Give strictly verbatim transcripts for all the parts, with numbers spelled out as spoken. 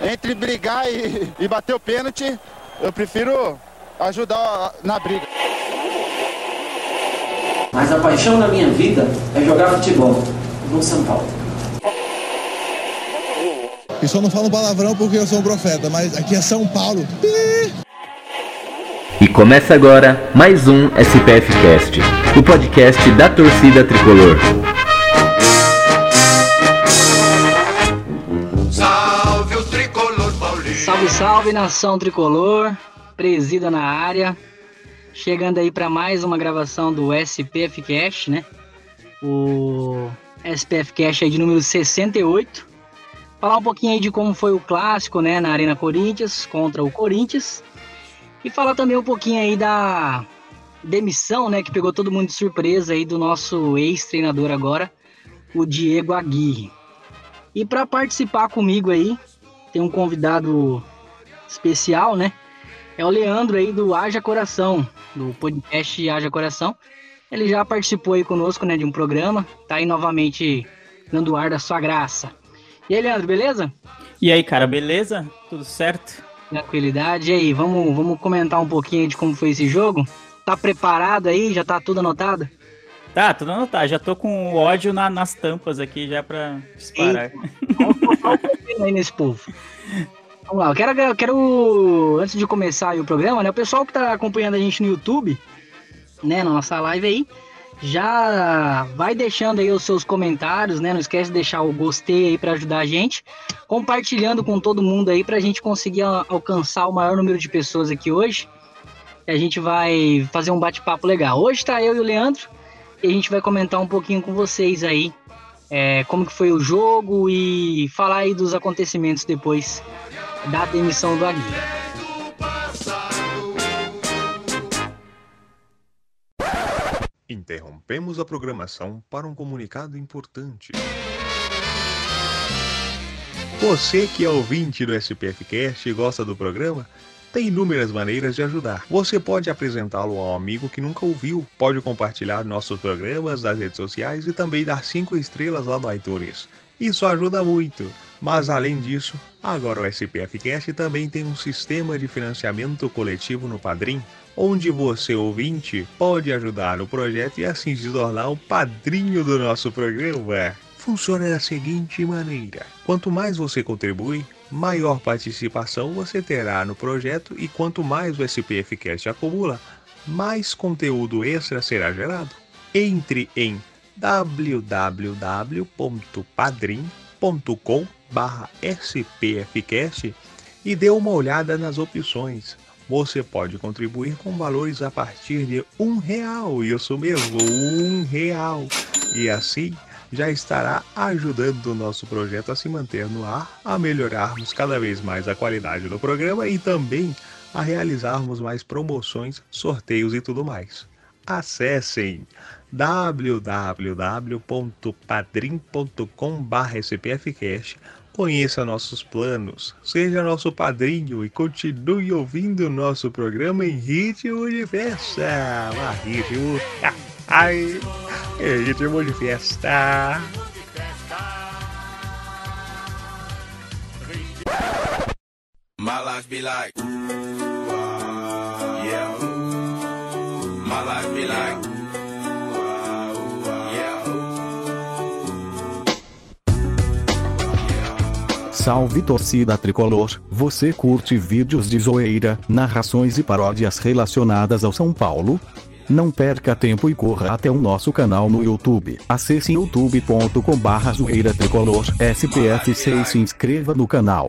entre brigar e, e bater o pênalti, eu prefiro ajudar na briga. Mas a paixão da minha vida é jogar futebol no São Paulo. Eu só não falo palavrão porque eu sou um profeta, mas aqui é São Paulo. E começa agora mais um S P F Cast, o podcast da torcida tricolor. Salve o tricolor paulista! Salve, salve, nação tricolor, presida na área. Chegando aí para mais uma gravação do S P F Cast, né? O S P F Cast aí de número sessenta e oito. Falar um pouquinho aí de como foi o clássico, né, na Arena Corinthians contra o Corinthians. E falar também um pouquinho aí da demissão, né, que pegou todo mundo de surpresa aí do nosso ex-treinador agora, o Diego Aguirre. E para participar comigo aí, tem um convidado especial, né? É o Leandro aí do Haja Coração, do podcast Haja Coração. Ele já participou aí conosco, né, de um programa, tá aí novamente dando ar da sua graça. E aí, Leandro, beleza? E aí, cara, beleza? Tudo certo? Tranquilidade. E aí, vamos, vamos comentar um pouquinho de como foi esse jogo? Tá preparado aí? Já tá tudo anotado? Tá, tudo anotado. Já tô com o ódio na, nas tampas aqui já pra disparar. Vamos colocar um pouquinho aí nesse povo. Vamos lá, eu quero, eu quero, antes de começar aí o programa, né, o pessoal que tá acompanhando a gente no YouTube, né, na nossa live aí, já vai deixando aí os seus comentários, né, não esquece de deixar o gostei aí pra ajudar a gente, compartilhando com todo mundo aí pra gente conseguir alcançar o maior número de pessoas aqui hoje, e a gente vai fazer um bate-papo legal. Hoje tá eu e o Leandro, e a gente vai comentar um pouquinho com vocês aí, é, como que foi o jogo e falar aí dos acontecimentos depois da demissão do Aguirre. Interrompemos a programação para um comunicado importante. Você que é ouvinte do S P F Cast e gosta do programa, tem inúmeras maneiras de ajudar. Você pode apresentá-lo a um amigo que nunca ouviu, pode compartilhar nossos programas nas redes sociais e também dar cinco estrelas lá no iTunes. Isso ajuda muito. Mas além disso, agora o S P F Cast também tem um sistema de financiamento coletivo no Padrim, onde você, ouvinte, pode ajudar no projeto e assim se tornar um padrinho do nosso programa. Funciona da seguinte maneira: quanto mais você contribui, maior participação você terá no projeto, e quanto mais o S P F Cast acumula, mais conteúdo extra será gerado. Entre em w w w ponto padrim ponto com barra S P F Cast e dê uma olhada nas opções. Você pode contribuir com valores a partir de um real, isso mesmo, um real. E assim já estará ajudando o nosso projeto a se manter no ar, a melhorarmos cada vez mais a qualidade do programa e também a realizarmos mais promoções, sorteios e tudo mais. Acessem w w w ponto padrim ponto com barra S P F Cast, conheça nossos planos, seja nosso padrinho e continue ouvindo nosso programa em ritmo de festa. Ah, ritmo, ai, ritmo de festa. My life be like, yeah. My life be like, Salve torcida tricolor, você curte vídeos de zoeira, narrações e paródias relacionadas ao São Paulo? Não perca tempo e corra até o nosso canal no YouTube. Acesse youtube ponto com barra zoeira tricolor S P F C e se inscreva no canal.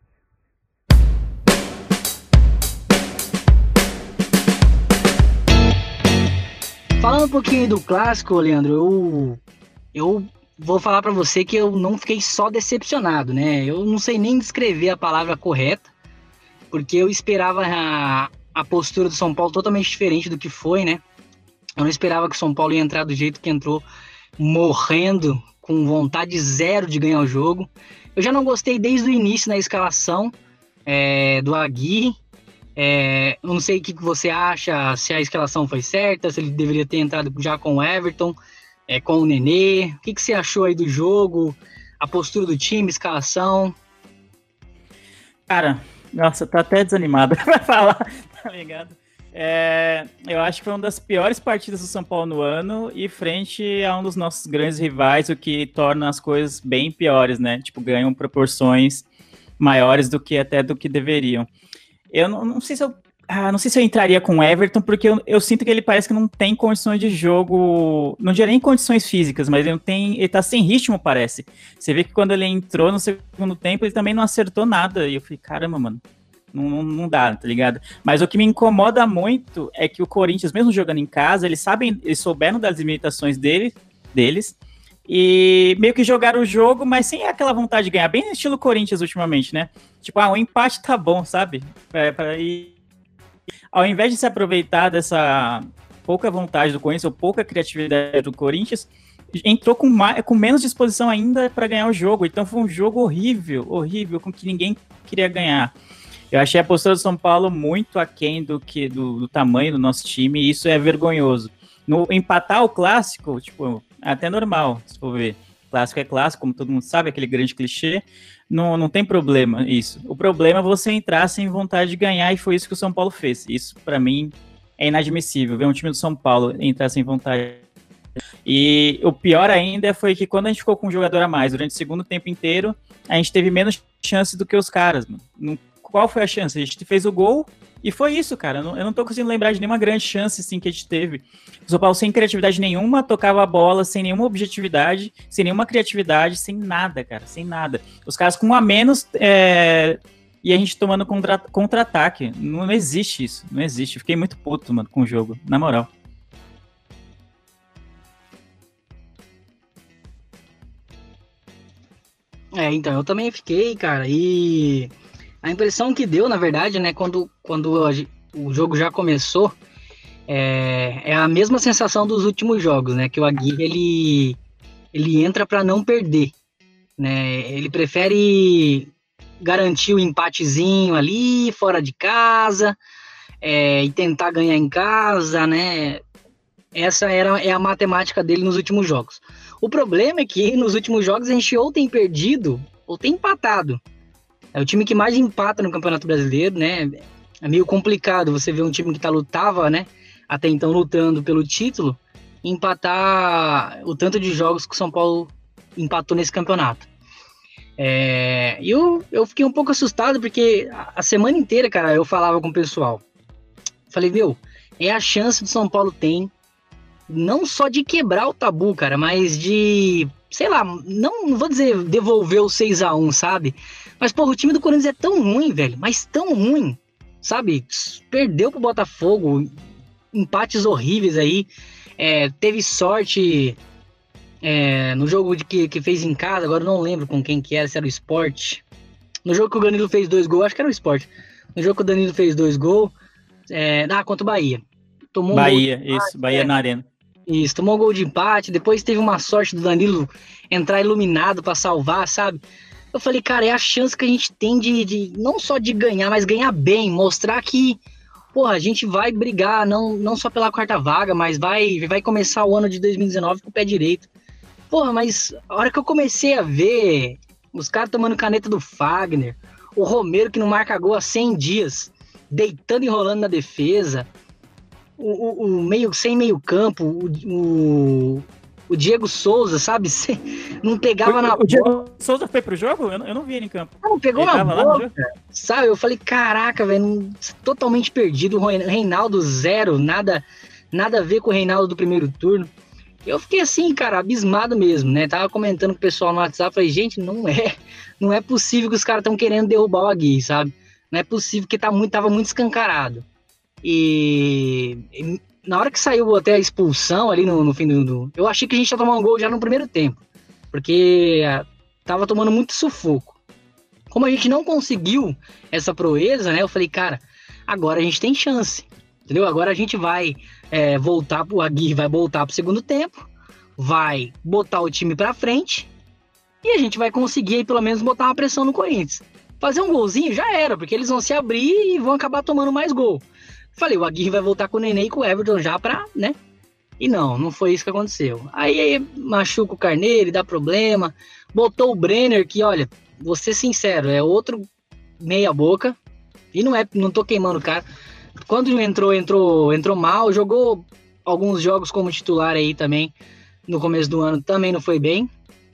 Falando um pouquinho do clássico, Leandro, eu, eu vou falar pra você que eu não fiquei só decepcionado, né? Eu não sei nem descrever a palavra correta, porque eu esperava a, a postura do São Paulo totalmente diferente do que foi, né? Eu não esperava que o São Paulo ia entrar do jeito que entrou, morrendo, com vontade zero de ganhar o jogo. Eu já não gostei desde o início na escalação é, do Aguirre. É, eu não sei o que você acha, se a escalação foi certa, se ele deveria ter entrado já com o Everton, é, com o Nenê. O que, que você achou aí do jogo, a postura do time, escalação? Cara, nossa, tô até desanimado pra falar, tá ligado? É, eu acho que foi uma das piores partidas do São Paulo no ano e frente a um dos nossos grandes rivais, o que torna as coisas bem piores, né? Tipo, ganham proporções maiores do que até do que deveriam. Eu não, não sei se eu ah, não sei se eu entraria com o Everton, porque eu, eu sinto que ele parece que não tem condições de jogo, não diria nem condições físicas, mas ele não tem, ele tá sem ritmo, parece. Você vê que quando ele entrou no segundo tempo, ele também não acertou nada, e eu falei, caramba, mano, não, não, não dá, tá ligado? Mas o que me incomoda muito é que o Corinthians, mesmo jogando em casa, eles sabem, eles souberam das limitações dele, deles, e meio que jogaram o jogo, mas sem aquela vontade de ganhar, bem no estilo Corinthians ultimamente, né? Tipo, ah, o empate tá bom, sabe? Pra, pra ir... Ao invés de se aproveitar dessa pouca vontade do Corinthians, ou pouca criatividade do Corinthians, entrou com, mais, com menos disposição ainda para ganhar o jogo. Então foi um jogo horrível, horrível, com que ninguém queria ganhar. Eu achei a postura do São Paulo muito aquém do, que, do, do tamanho do nosso time, e isso é vergonhoso. No empatar o clássico, tipo, é até normal, se for ver. Clássico é clássico, como todo mundo sabe, aquele grande clichê. Não, não tem problema isso. O problema é você entrar sem vontade de ganhar, e foi isso que o São Paulo fez. Isso, pra mim, é inadmissível. Ver um time do São Paulo entrar sem vontade. E o pior ainda foi que quando a gente ficou com um jogador a mais durante o segundo tempo inteiro, a gente teve menos chance do que os caras, mano. Não, qual foi a chance? A gente fez o gol e foi isso, cara. Eu não, eu não tô conseguindo lembrar de nenhuma grande chance assim, que a gente teve. O São Paulo sem criatividade nenhuma, tocava a bola sem nenhuma objetividade, sem nenhuma criatividade, sem nada, cara, sem nada. Os caras com um a menos é... e a gente tomando contra... contra-ataque. Não, não existe isso, não existe. Eu fiquei muito puto, mano, com o jogo, na moral. É, então, eu também fiquei, cara, e a impressão que deu, na verdade, né, quando, quando o jogo já começou, é, é a mesma sensação dos últimos jogos, né, que o Aguirre, ele, ele entra para não perder, né, ele prefere garantir o empatezinho ali, fora de casa, é, e tentar ganhar em casa, né, essa era, é a matemática dele nos últimos jogos. O problema é que nos últimos jogos a gente ou tem perdido ou tem empatado. É o time que mais empata no Campeonato Brasileiro, né? É meio complicado você ver um time que tá, lutava, né? Até então lutando pelo título, empatar o tanto de jogos que o São Paulo empatou nesse campeonato. É, e eu, eu fiquei um pouco assustado porque a semana inteira, cara, eu falava com o pessoal. Falei, meu, é a chance do São Paulo tem não só de quebrar o tabu, cara, mas de, sei lá, não, não vou dizer devolver o seis a um, sabe? Mas, porra, o time do Corinthians é tão ruim, velho, mas tão ruim, sabe? Perdeu pro Botafogo, empates horríveis aí, é, teve sorte é, no jogo de que, que fez em casa, agora eu não lembro com quem que era, se era o Sport. No jogo que o Danilo fez dois gols, acho que era o Sport. No jogo que o Danilo fez dois gols, é, ah, contra o Bahia. Tomou Bahia, um gol isso, Bahia é, na Arena. Isso, tomou um gol de empate, depois teve uma sorte do Danilo entrar iluminado pra salvar, sabe? Eu falei, cara, é a chance que a gente tem de, de não só de ganhar, mas ganhar bem, mostrar que, porra, a gente vai brigar, não, não só pela quarta vaga, mas vai, vai começar o ano de dois mil e dezenove com o pé direito. Porra, mas a hora que eu comecei a ver os caras tomando caneta do Fagner, o Romero que não marca gol há cem dias, deitando e rolando na defesa, O, o, o meio, sem meio campo, o, o, o Diego Souza, sabe? Não pegava o, na o bola. Diego Souza foi pro jogo? Eu não, eu não vi ele em campo. Não, pegou ele na bola, sabe? Eu falei, caraca, velho, totalmente perdido. O Reinaldo zero, nada, nada a ver com o Reinaldo do primeiro turno. Eu fiquei assim, cara, abismado mesmo, né? Tava comentando com o pessoal no WhatsApp, falei, gente, não é, não é possível que os caras estão querendo derrubar o Aguirre, sabe? Não é possível, porque tá muito, tava muito escancarado. E, e na hora que saiu até a expulsão ali no, no fim do, do... Eu achei que a gente ia tomar um gol já no primeiro tempo, porque a, tava tomando muito sufoco. Como a gente não conseguiu essa proeza, né? Eu falei, cara, agora a gente tem chance, entendeu? Agora a gente vai é, voltar pro Aguirre, vai voltar pro segundo tempo, vai botar o time pra frente e a gente vai conseguir aí, pelo menos botar uma pressão no Corinthians. Fazer um golzinho já era, porque eles vão se abrir e vão acabar tomando mais gol. Falei, o Aguirre vai voltar com o Nenê e com o Everton já pra, né? E não, não foi isso que aconteceu. Aí, aí machuca o Carneiro, dá problema. Botou o Brenner, que, olha, vou ser sincero, é outro meia boca. E não é, não tô queimando o cara. Quando entrou, entrou, entrou mal, jogou alguns jogos como titular aí também. No começo do ano também não foi bem.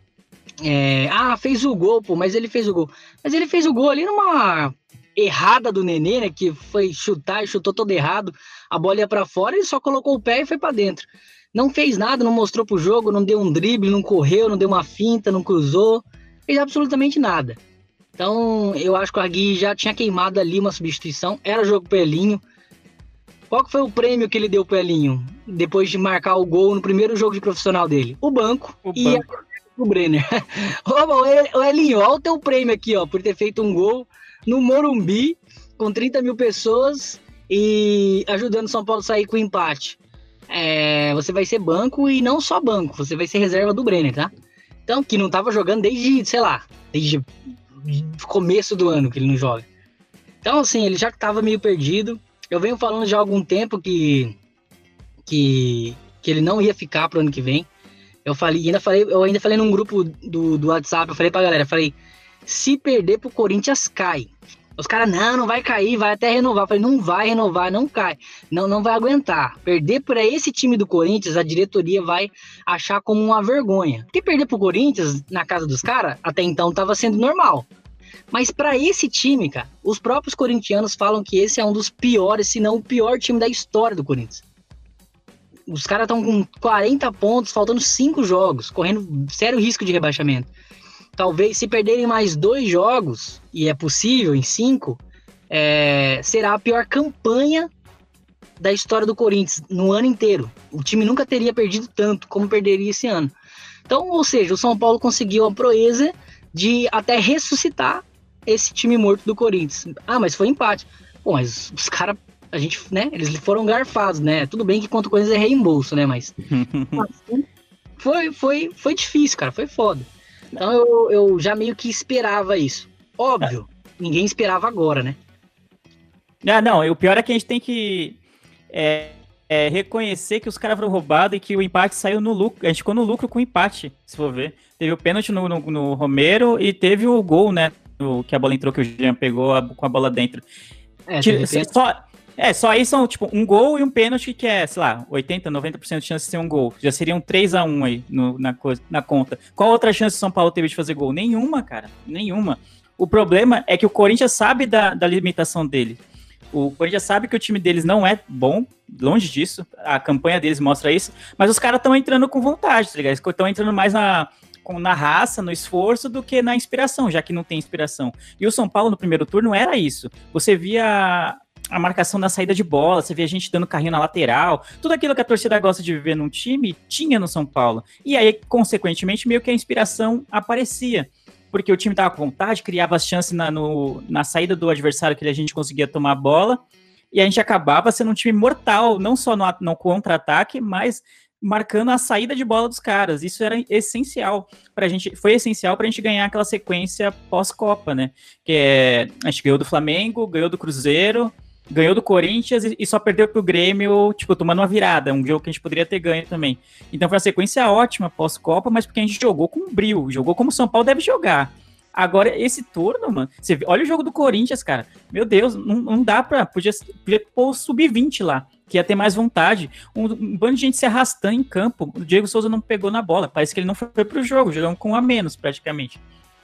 É, ah, fez o gol, pô, mas ele fez o gol. Mas ele fez o gol ali numa errada do Nenê, né? Que foi chutar e chutou todo errado. A bola ia pra fora, ele só colocou o pé e foi pra dentro. Não fez nada, não mostrou pro jogo, não deu um drible, não correu, não deu uma finta, não cruzou. Fez absolutamente nada. Então, eu acho que o Agui já tinha queimado ali uma substituição. Era jogo pro Elinho. Qual que foi o prêmio que ele deu pro Elinho? Depois de marcar o gol no primeiro jogo de profissional dele? O banco. O e banco. A... o Brenner. Ô, Elinho, olha o teu prêmio aqui, ó, por ter feito um gol no Morumbi, com trinta mil pessoas e ajudando o São Paulo a sair com o empate. É, você vai ser banco e não só banco, você vai ser reserva do Brenner, tá? Então, que não tava jogando desde, sei lá, desde o começo do ano que ele não joga. Então, assim, ele já tava meio perdido. Eu venho falando já há algum tempo que, que, que ele não ia ficar pro ano que vem. Eu falei, ainda falei, eu ainda falei num grupo do, do WhatsApp, eu falei pra galera, falei, se perder pro Corinthians, cai. Os caras, não, não vai cair, vai até renovar. Eu falei, não vai renovar, não cai. Não, não vai aguentar. Perder para esse time do Corinthians, a diretoria vai achar como uma vergonha. Porque perder pro Corinthians, na casa dos caras, até então tava sendo normal. Mas para esse time, cara, os próprios corintianos falam que esse é um dos piores, se não o pior time da história do Corinthians. Os caras estão com quarenta pontos, faltando cinco jogos, correndo sério risco de rebaixamento. Talvez, se perderem mais dois jogos, e é possível, em cinco, é, será a pior campanha da história do Corinthians, no ano inteiro. O time nunca teria perdido tanto como perderia esse ano. Então, ou seja, o São Paulo conseguiu a proeza de até ressuscitar esse time morto do Corinthians. Ah, mas foi empate. Pô, mas os caras, a gente, né, eles foram garfados, né? Tudo bem que contra o Corinthians é reembolso, né? Mas foi, foi, foi difícil, cara, foi foda. Então eu, eu já meio que esperava isso. Óbvio, ninguém esperava agora, né? Ah, não, o pior é que a gente tem que é, é, reconhecer que os caras foram roubados e que o empate saiu no lucro. A gente ficou no lucro com o empate, se for ver. Teve o pênalti no, no, no Romero e teve o gol, né? O, que a bola entrou, que o Jean pegou a, com a bola dentro. É, Tira, só, é, só aí são tipo um gol e um pênalti que é, sei lá, oitenta, noventa por cento de chance de ser um gol. Já seriam três a um aí no, na, na conta. Qual outra chance o São Paulo teve de fazer gol? Nenhuma, cara. Nenhuma. O problema é que o Corinthians sabe da, da limitação dele. O Corinthians sabe que o time deles não é bom, longe disso. A campanha deles mostra isso. Mas os caras estão entrando com vontade, tá ligado? Eles estão entrando mais na, na raça, no esforço, do que na inspiração, já que não tem inspiração. E o São Paulo, no primeiro turno, era isso. Você via a marcação da saída de bola, você via gente dando carrinho na lateral, tudo aquilo que a torcida gosta de viver num time, tinha no São Paulo. E aí, consequentemente, meio que a inspiração aparecia. Porque o time tava com vontade, criava as chances na, no, na saída do adversário que a gente conseguia tomar a bola, e a gente acabava sendo um time mortal, não só no, no contra-ataque, mas marcando a saída de bola dos caras. Isso era essencial pra gente, foi essencial pra gente ganhar aquela sequência pós-Copa, né? Que é, a gente ganhou do Flamengo, ganhou do Cruzeiro, ganhou do Corinthians e, e só perdeu pro Grêmio, tipo, tomando uma virada, um jogo que a gente poderia ter ganho também. Então foi uma sequência ótima pós-Copa, mas porque a gente jogou com brio, jogou como o São Paulo deve jogar. Agora, esse turno, mano, você vê, olha o jogo do Corinthians, cara, meu Deus, não, não dá pra, podia, podia pôr o sub vinte lá, que ia ter mais vontade, um, um bando de gente se arrastando em campo, o Diego Souza não pegou na bola, parece que ele não foi pro jogo, jogamos com um a menos, praticamente.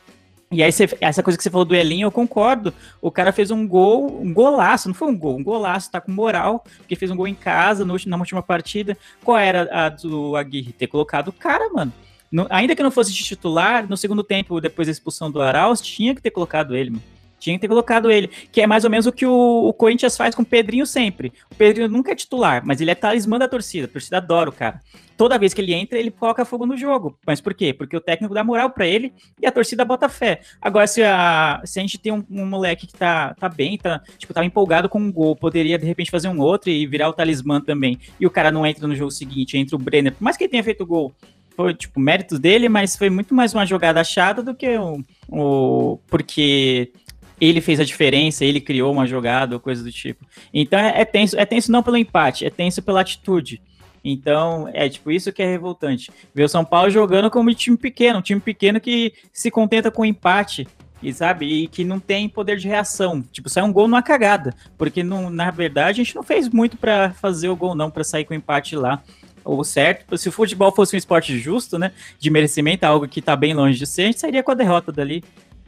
E aí, você, essa coisa que você falou do Elinho, eu concordo. O cara fez um gol, um golaço, não foi um gol, um golaço, tá com moral, porque fez um gol em casa no, na última partida. Qual era a do Aguirre? Ter colocado o cara, mano. No, ainda que não fosse de titular, no segundo tempo, depois da expulsão do Arauz, tinha que ter colocado ele, mano. Tinha que ter colocado ele, que é mais ou menos o que o, o Corinthians faz com o Pedrinho sempre. O Pedrinho nunca é titular, mas ele é talismã da torcida, a torcida adora o cara. Toda vez que ele entra, ele coloca fogo no jogo. Mas por quê? Porque o técnico dá moral pra ele e a torcida bota fé. Agora, se a, se a gente tem um, um moleque que tá, tá bem, tá, tipo, tá empolgado com um gol, poderia de repente fazer um outro e virar o talismã também, e o cara não entra no jogo seguinte, entra o Brenner, por mais que ele tenha feito gol, foi, tipo, méritos dele, mas foi muito mais uma jogada achada do que o... o porque... ele fez a diferença, ele criou uma jogada ou coisa do tipo. Então é, é tenso, é tenso não pelo empate, é tenso pela atitude. Então é tipo isso que é revoltante. Ver o São Paulo jogando como um time pequeno, um time pequeno que se contenta com o empate. E sabe, e que não tem poder de reação. Tipo, sai um gol numa cagada. Porque, não, na verdade, a gente não fez muito pra fazer o gol, não, pra sair com o empate lá. Ou certo, se o futebol fosse um esporte justo, né, de merecimento, algo que tá bem longe de ser, a gente sairia com a derrota dali.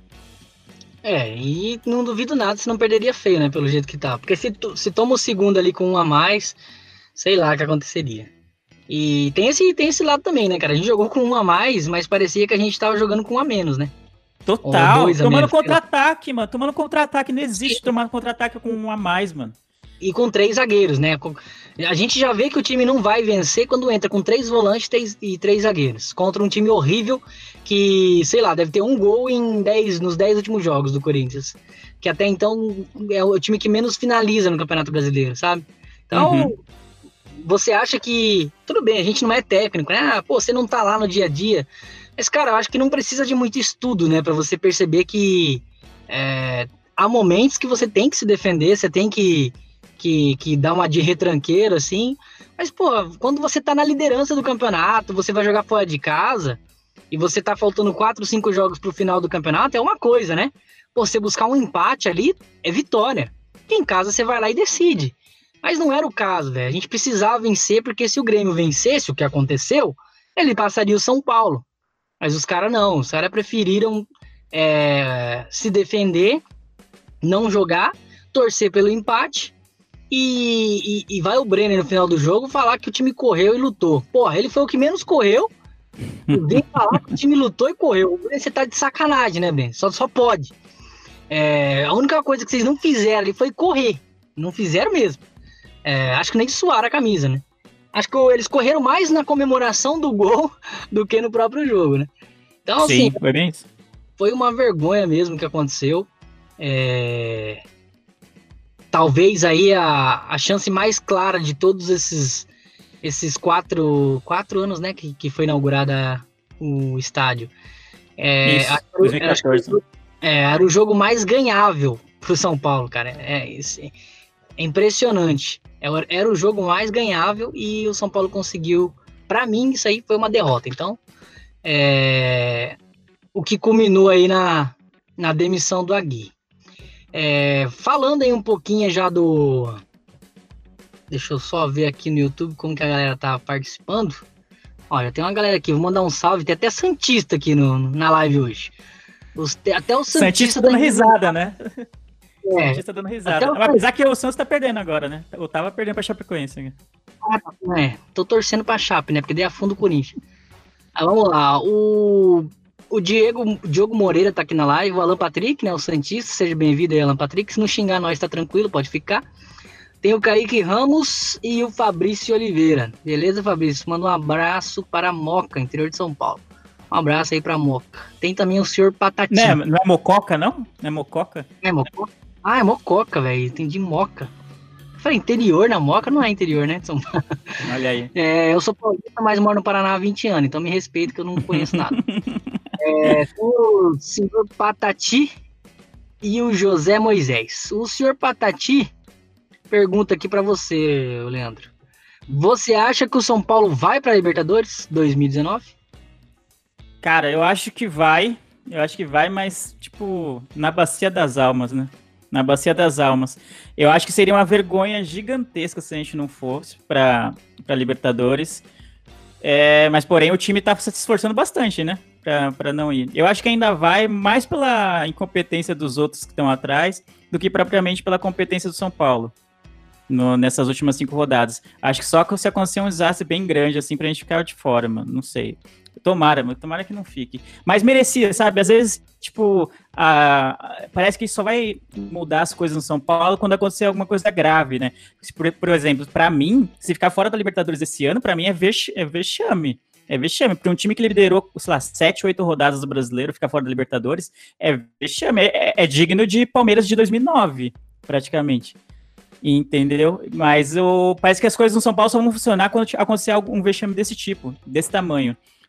É, e não duvido nada se não perderia feio, né, pelo jeito que tá. Porque se, se toma o segundo ali com um a mais, sei lá o que aconteceria. E tem esse, tem esse lado também, né, cara? A gente jogou com um a mais, mas parecia que a gente tava jogando com um a menos, né? Total, tomando contra-ataque, mano. Tomando contra-ataque, não existe tomar contra-ataque com um a mais, mano. E com três zagueiros, né? A gente já vê que o time não vai vencer quando entra com três volantes três, e três zagueiros. Contra um time horrível que, sei lá, deve ter um gol em dez, nos dez últimos jogos do Corinthians. Que até então é o time que menos finaliza no Campeonato Brasileiro, sabe? Então, uhum. Você acha que... Tudo bem, a gente não é técnico, né? Ah, pô, você não tá lá no dia a dia. Mas, cara, eu acho que não precisa de muito estudo, né? Pra você perceber que é, há momentos que você tem que se defender, você tem que... Que, que dá uma de retranqueiro, assim. Mas, pô, quando você tá na liderança do campeonato, você vai jogar fora de casa, e você tá faltando quatro, cinco jogos pro final do campeonato, é uma coisa, né? Pô, você buscar um empate ali, é vitória. E em casa você vai lá e decide. Mas não era o caso, velho. A gente precisava vencer, porque se o Grêmio vencesse, o que aconteceu, ele passaria o São Paulo. Mas os caras não. Os caras preferiram é, se defender, não jogar, torcer pelo empate. E, e, e vai o Brenner no final do jogo falar que o time correu e lutou. Porra, ele foi o que menos correu. E vem falar que o time lutou e correu. O Brenner, você tá de sacanagem, né, Brenner? Só, só pode. É, a única coisa que vocês não fizeram ali foi correr. Não fizeram mesmo. É, acho que nem suaram a camisa, né? Acho que eles correram mais na comemoração do gol do que no próprio jogo, né? Então, Sim, assim, foi bem isso. Foi uma vergonha mesmo que aconteceu. É... Talvez aí a, a chance mais clara de todos esses, esses quatro, quatro anos, né, que, que foi inaugurada o estádio. É, Isso, era, dois mil e quatorze. Era, é, era o jogo mais ganhável pro São Paulo, cara. É, é, é impressionante. Era, era o jogo mais ganhável e o São Paulo conseguiu. Pra mim, isso aí foi uma derrota. Então, é, o que culminou aí na, na demissão do Agui. É, falando aí um pouquinho já do... Deixa eu só ver aqui no YouTube como que a galera tá participando. Olha, tem uma galera aqui, vou mandar um salve. Tem até Santista aqui no, na live hoje. Os, até o Santista, Santista dando risada, né? É, Santista dando risada. O... Apesar que o Santos tá perdendo agora, né? Eu tava perdendo pra Chapecoense. É, tô torcendo pra Chape, né? Porque dei a fundo o Corinthians. Aí, vamos lá, o... O Diego, Diogo Moreira tá aqui na live, o Alan Patrick, né, o Santista, seja bem-vindo aí, Alan Patrick, se não xingar nós tá tranquilo, pode ficar. Tem o Kaique Ramos e o Fabrício Oliveira, beleza, Fabrício? Manda um abraço para Moca, interior de São Paulo. Um abraço aí pra Moca. Tem também o senhor Patati. Não é, não é Mococa, não? Não é Mococa? É Mococa? Ah, é Mococa, velho, entendi Moca. Eu falei, interior na Moca não é interior, né, de São Paulo. Olha aí. É, eu sou paulista, mas moro no Paraná há vinte anos, então me respeito que eu não conheço nada. É, o senhor Patati e o José Moisés. O senhor Patati pergunta aqui pra você, Leandro. Você acha que o São Paulo vai pra Libertadores dois mil e dezenove? Cara, eu acho que vai. Eu acho que vai, mas, tipo, na bacia das almas, né? Na bacia das almas. Eu acho que seria uma vergonha gigantesca se a gente não fosse pra, pra Libertadores. É, mas, porém, o time tá se esforçando bastante, né? Pra, pra não ir. Eu acho que ainda vai mais pela incompetência dos outros que estão atrás do que propriamente pela competência do São Paulo no, nessas últimas cinco rodadas. Acho que só que se acontecer um desastre bem grande, assim, pra gente ficar de fora, mano. Não sei. Tomara, mano. Tomara que não fique. Mas merecia, sabe? Às vezes, tipo, a, parece que só vai mudar as coisas no São Paulo quando acontecer alguma coisa grave, né? Por, por exemplo, pra mim, se ficar fora da Libertadores esse ano, pra mim é, vex, é vexame. É vexame, porque um time que liderou, sei lá, sete, oito rodadas do Brasileiro, ficar fora da Libertadores, é vexame, é, é digno de Palmeiras de dois mil e nove, praticamente. Entendeu? Mas o, parece que as coisas no São Paulo só vão funcionar quando acontecer um vexame desse tipo, desse tamanho.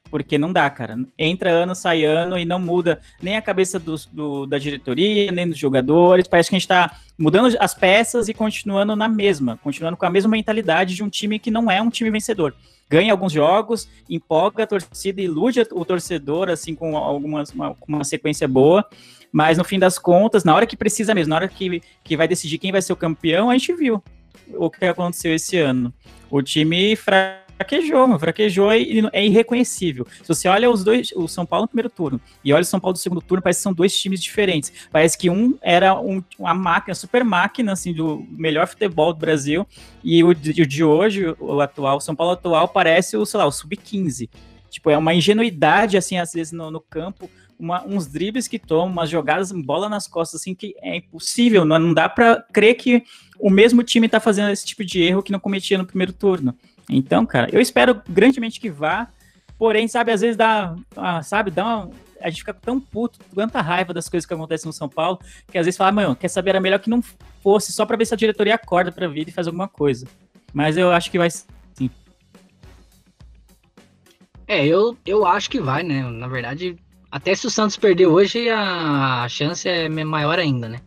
porque não dá, cara. Entra ano, sai ano e não muda nem a cabeça do, do, da diretoria, nem dos jogadores. Parece que a gente tá mudando as peças e continuando na mesma, continuando com a mesma mentalidade de um time que não é um time vencedor. Ganha alguns jogos, empolga a torcida, ilude o torcedor, assim, com algumas, uma, uma sequência boa, mas no fim das contas, na hora que precisa mesmo, na hora que, que vai decidir quem vai ser o campeão, a gente viu o que aconteceu esse ano. O time fraquejou, fraquejou e é irreconhecível. Se você olha os dois, o São Paulo no primeiro turno e olha o São Paulo no segundo turno, parece que são dois times diferentes. Parece que um era um, uma máquina, super máquina, assim, do melhor futebol do Brasil, e o de, o de hoje, o atual, o São Paulo atual, parece o, sei lá, o sub quinze. Tipo, é uma ingenuidade, assim, às vezes no, no campo, uma, uns dribles que tomam, umas jogadas, bola nas costas, assim, que é impossível, não, não dá pra crer que o mesmo time tá fazendo esse tipo de erro que não cometia no primeiro turno. Então, cara, eu espero grandemente que vá, porém, sabe, às vezes dá, ah, sabe, dá uma, a gente fica tão puto, tanta raiva das coisas que acontecem no São Paulo, que às vezes fala, mano, quer saber, era melhor que não fosse, só pra ver se a diretoria acorda pra vir e faz alguma coisa. Mas eu acho que vai sim. É, eu, eu acho que vai, né, na verdade, até se o Santos perder hoje, a chance é maior ainda, né.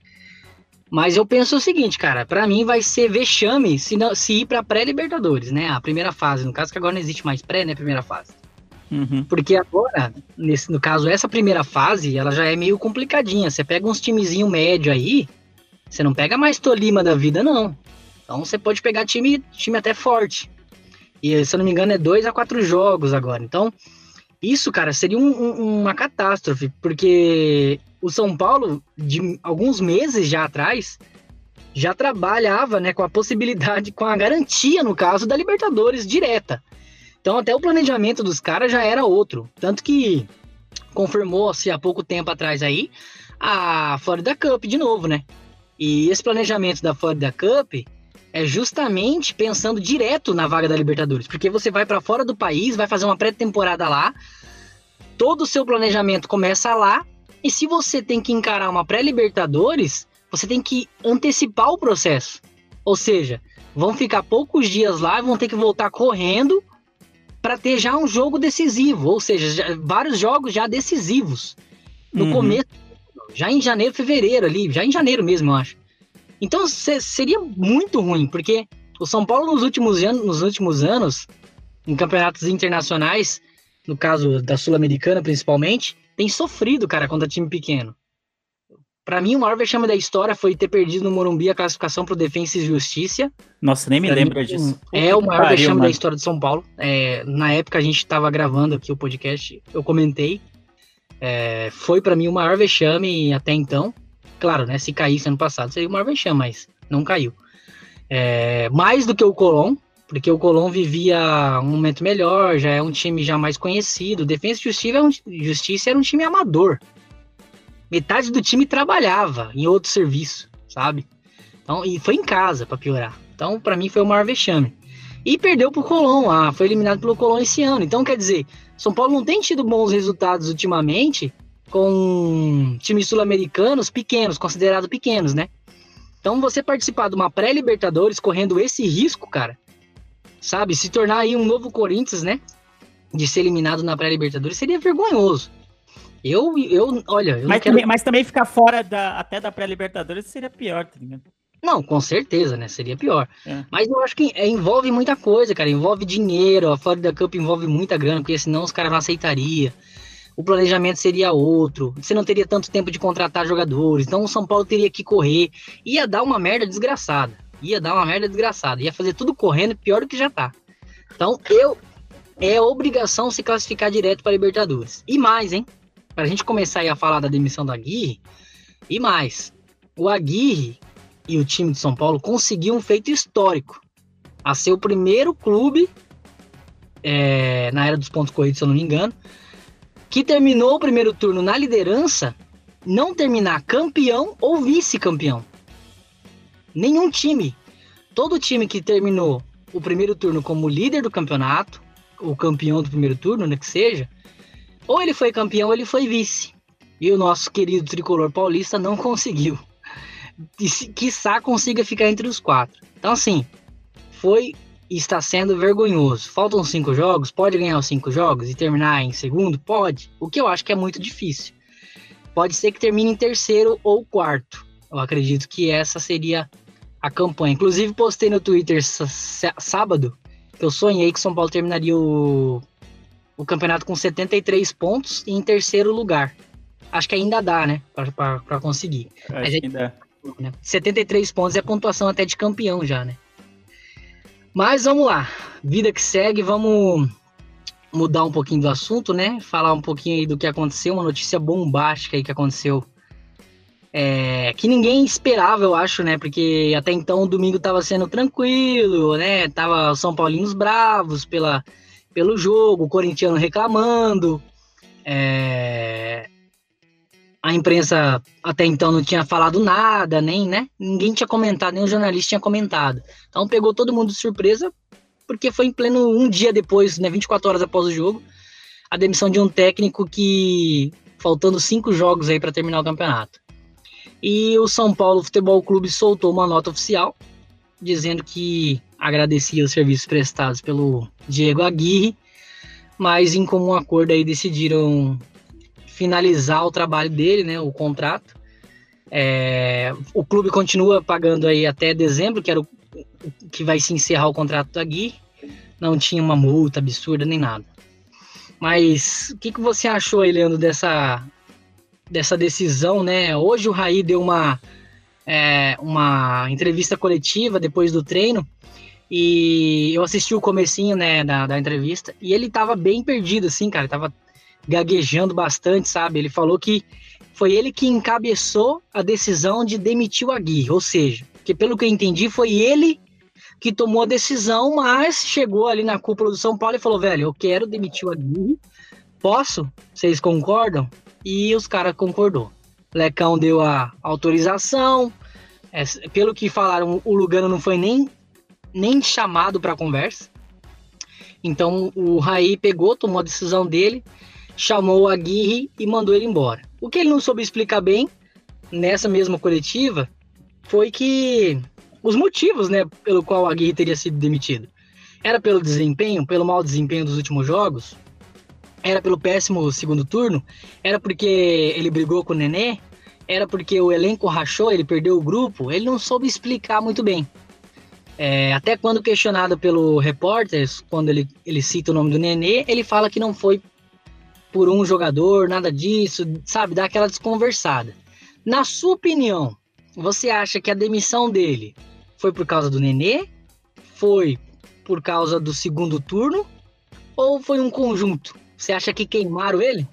Mas eu penso o seguinte, cara, pra mim vai ser vexame se, não, se ir pra pré-Libertadores, né, a primeira fase, no caso que agora não existe mais pré, né, primeira fase. Uhum. Porque agora, nesse, no caso, essa primeira fase, ela já é meio complicadinha, você pega uns timezinho médio aí, você não pega mais Tolima da vida, não. Então você pode pegar time, time até forte. E, se eu não me engano, é dois a quatro jogos agora. Então, isso, cara, seria um, um, uma catástrofe, porque o São Paulo, de alguns meses já atrás, já trabalhava, né, com a possibilidade, com a garantia, no caso, da Libertadores direta. Então, até o planejamento dos caras já era outro. Tanto que confirmou-se há pouco tempo atrás aí a Florida Cup de novo, né? E esse planejamento da Florida Cup é justamente pensando direto na vaga da Libertadores, porque você vai para fora do país, vai fazer uma pré-temporada lá, todo o seu planejamento começa lá, e se você tem que encarar uma pré-Libertadores, você tem que antecipar o processo. Ou seja, vão ficar poucos dias lá e vão ter que voltar correndo para ter já um jogo decisivo, ou seja, já, vários jogos já decisivos no uhum. começo, já em janeiro, fevereiro ali, já em janeiro mesmo, eu acho. Então cê, seria muito ruim, porque o São Paulo nos últimos, anos, nos últimos anos, em campeonatos internacionais, no caso da Sul-Americana principalmente, tem sofrido, cara, contra time pequeno. Pra mim, o maior vexame da história foi ter perdido no Morumbi a classificação pro Defensa e Justiça. Nossa, nem me lembro disso. É o maior Pariu, vexame mano. da história de São Paulo. É, na época a gente tava gravando aqui o podcast, eu comentei. É, foi pra mim o maior vexame até então. Claro, né? Se caísse ano passado seria o maior vexame, mas não caiu. É, mais do que o Colón, porque o Colón vivia um momento melhor, já é um time já mais conhecido. Defensa e Justiça, é um, Justiça era um time amador. Metade do time trabalhava em outro serviço, sabe? Então, e foi em casa, pra piorar. Então, pra mim, foi o maior vexame. E perdeu pro Colón, ah, foi eliminado pelo Colón esse ano. Então, quer dizer, São Paulo não tem tido bons resultados ultimamente com times sul-americanos pequenos, considerados pequenos, né? Então, você participar de uma pré-Libertadores correndo esse risco, cara, sabe? Se tornar aí um novo Corinthians, né? De ser eliminado na pré-Libertadores seria vergonhoso. Eu, eu, olha... Eu mas, quero... também, mas também ficar fora da, até da pré-Libertadores seria pior, tá ligado? Não, com certeza, né? Seria pior. É. Mas eu acho que é, envolve muita coisa, cara. Envolve dinheiro, a Florida Cup envolve muita grana, porque senão os caras não aceitariam. O planejamento seria outro. Você não teria tanto tempo de contratar jogadores. Então o São Paulo teria que correr. Ia dar uma merda desgraçada. Ia dar uma merda desgraçada. Ia fazer tudo correndo, pior do que já tá. Então, eu... É obrigação se classificar direto para Libertadores. E mais, hein? Pra gente começar aí a falar da demissão do Aguirre, e mais, o Aguirre e o time de São Paulo conseguiu um feito histórico, a ser o primeiro clube, é, na era dos pontos corridos, se eu não me engano, que terminou o primeiro turno na liderança, não terminar campeão ou vice-campeão. Nenhum time, todo time que terminou o primeiro turno como líder do campeonato, ou campeão do primeiro turno, né, que seja, ou ele foi campeão ou ele foi vice. E o nosso querido tricolor paulista não conseguiu. E, quiçá consiga ficar entre os quatro. Então, assim, foi e está sendo vergonhoso. Faltam cinco jogos, pode ganhar os cinco jogos e terminar em segundo? Pode. O que eu acho que é muito difícil. Pode ser que termine em terceiro ou quarto. Eu acredito que essa seria a campanha. Inclusive, postei no Twitter sábado que eu sonhei que o São Paulo terminaria o, o campeonato com setenta e três pontos e em terceiro lugar. Acho que ainda dá, né? Para conseguir. Acho Mas que é, ainda. né? setenta e três pontos é a pontuação até de campeão já, né? Mas vamos lá. Vida que segue, vamos mudar um pouquinho do assunto, né? Falar um pouquinho aí do que aconteceu, uma notícia bombástica aí que aconteceu. É, que ninguém esperava, eu acho, né? Porque até então o domingo tava sendo tranquilo, né? Tava os São Paulinos bravos pela, pelo jogo, o corintiano reclamando. É, a imprensa até então não tinha falado nada, nem, né? Ninguém tinha comentado, nem o jornalista tinha comentado. Então pegou todo mundo de surpresa, porque foi em pleno um dia depois, né? vinte e quatro horas após o jogo, a demissão de um técnico que faltando cinco jogos aí para terminar o campeonato. E o São Paulo Futebol Clube soltou uma nota oficial dizendo que agradecia os serviços prestados pelo Diego Aguirre, mas em comum acordo aí decidiram finalizar o trabalho dele, né, o contrato. É, o clube continua pagando aí até dezembro, que era o que vai se encerrar o contrato do Aguirre. Não tinha uma multa absurda nem nada. Mas o que, que você achou aí, Leandro, dessa... dessa decisão, né? Hoje o Raí deu uma, é, uma entrevista coletiva depois do treino e eu assisti o comecinho, né, da, da entrevista e ele tava bem perdido, assim, cara, ele tava gaguejando bastante, sabe? Ele falou que foi ele que encabeçou a decisão de demitir o Aguirre, ou seja, que pelo que eu entendi foi ele que tomou a decisão, mas chegou ali na cúpula do São Paulo e falou, velho, eu quero demitir o Aguirre, posso? Vocês concordam? E os caras concordou. Lecão deu a autorização. É, pelo que falaram, o Lugano não foi nem, nem chamado para conversa. Então o Raí pegou, tomou a decisão dele, chamou o Aguirre e mandou ele embora. O que ele não soube explicar bem, nessa mesma coletiva, foi que os motivos, né, pelo qual o Aguirre teria sido demitido. Era pelo desempenho, pelo mau desempenho dos últimos jogos? Era pelo péssimo segundo turno? Era porque ele brigou com o Nenê? Era porque o elenco rachou, ele perdeu o grupo? Ele não soube explicar muito bem. É, até quando questionado pelo repórter, quando ele, ele cita o nome do Nenê, ele fala que não foi por um jogador, nada disso, sabe? Dá aquela desconversada. Na sua opinião, você acha que a demissão dele foi por causa do Nenê? Foi por causa do segundo turno? Ou foi um conjunto? Você acha que queimaram ele?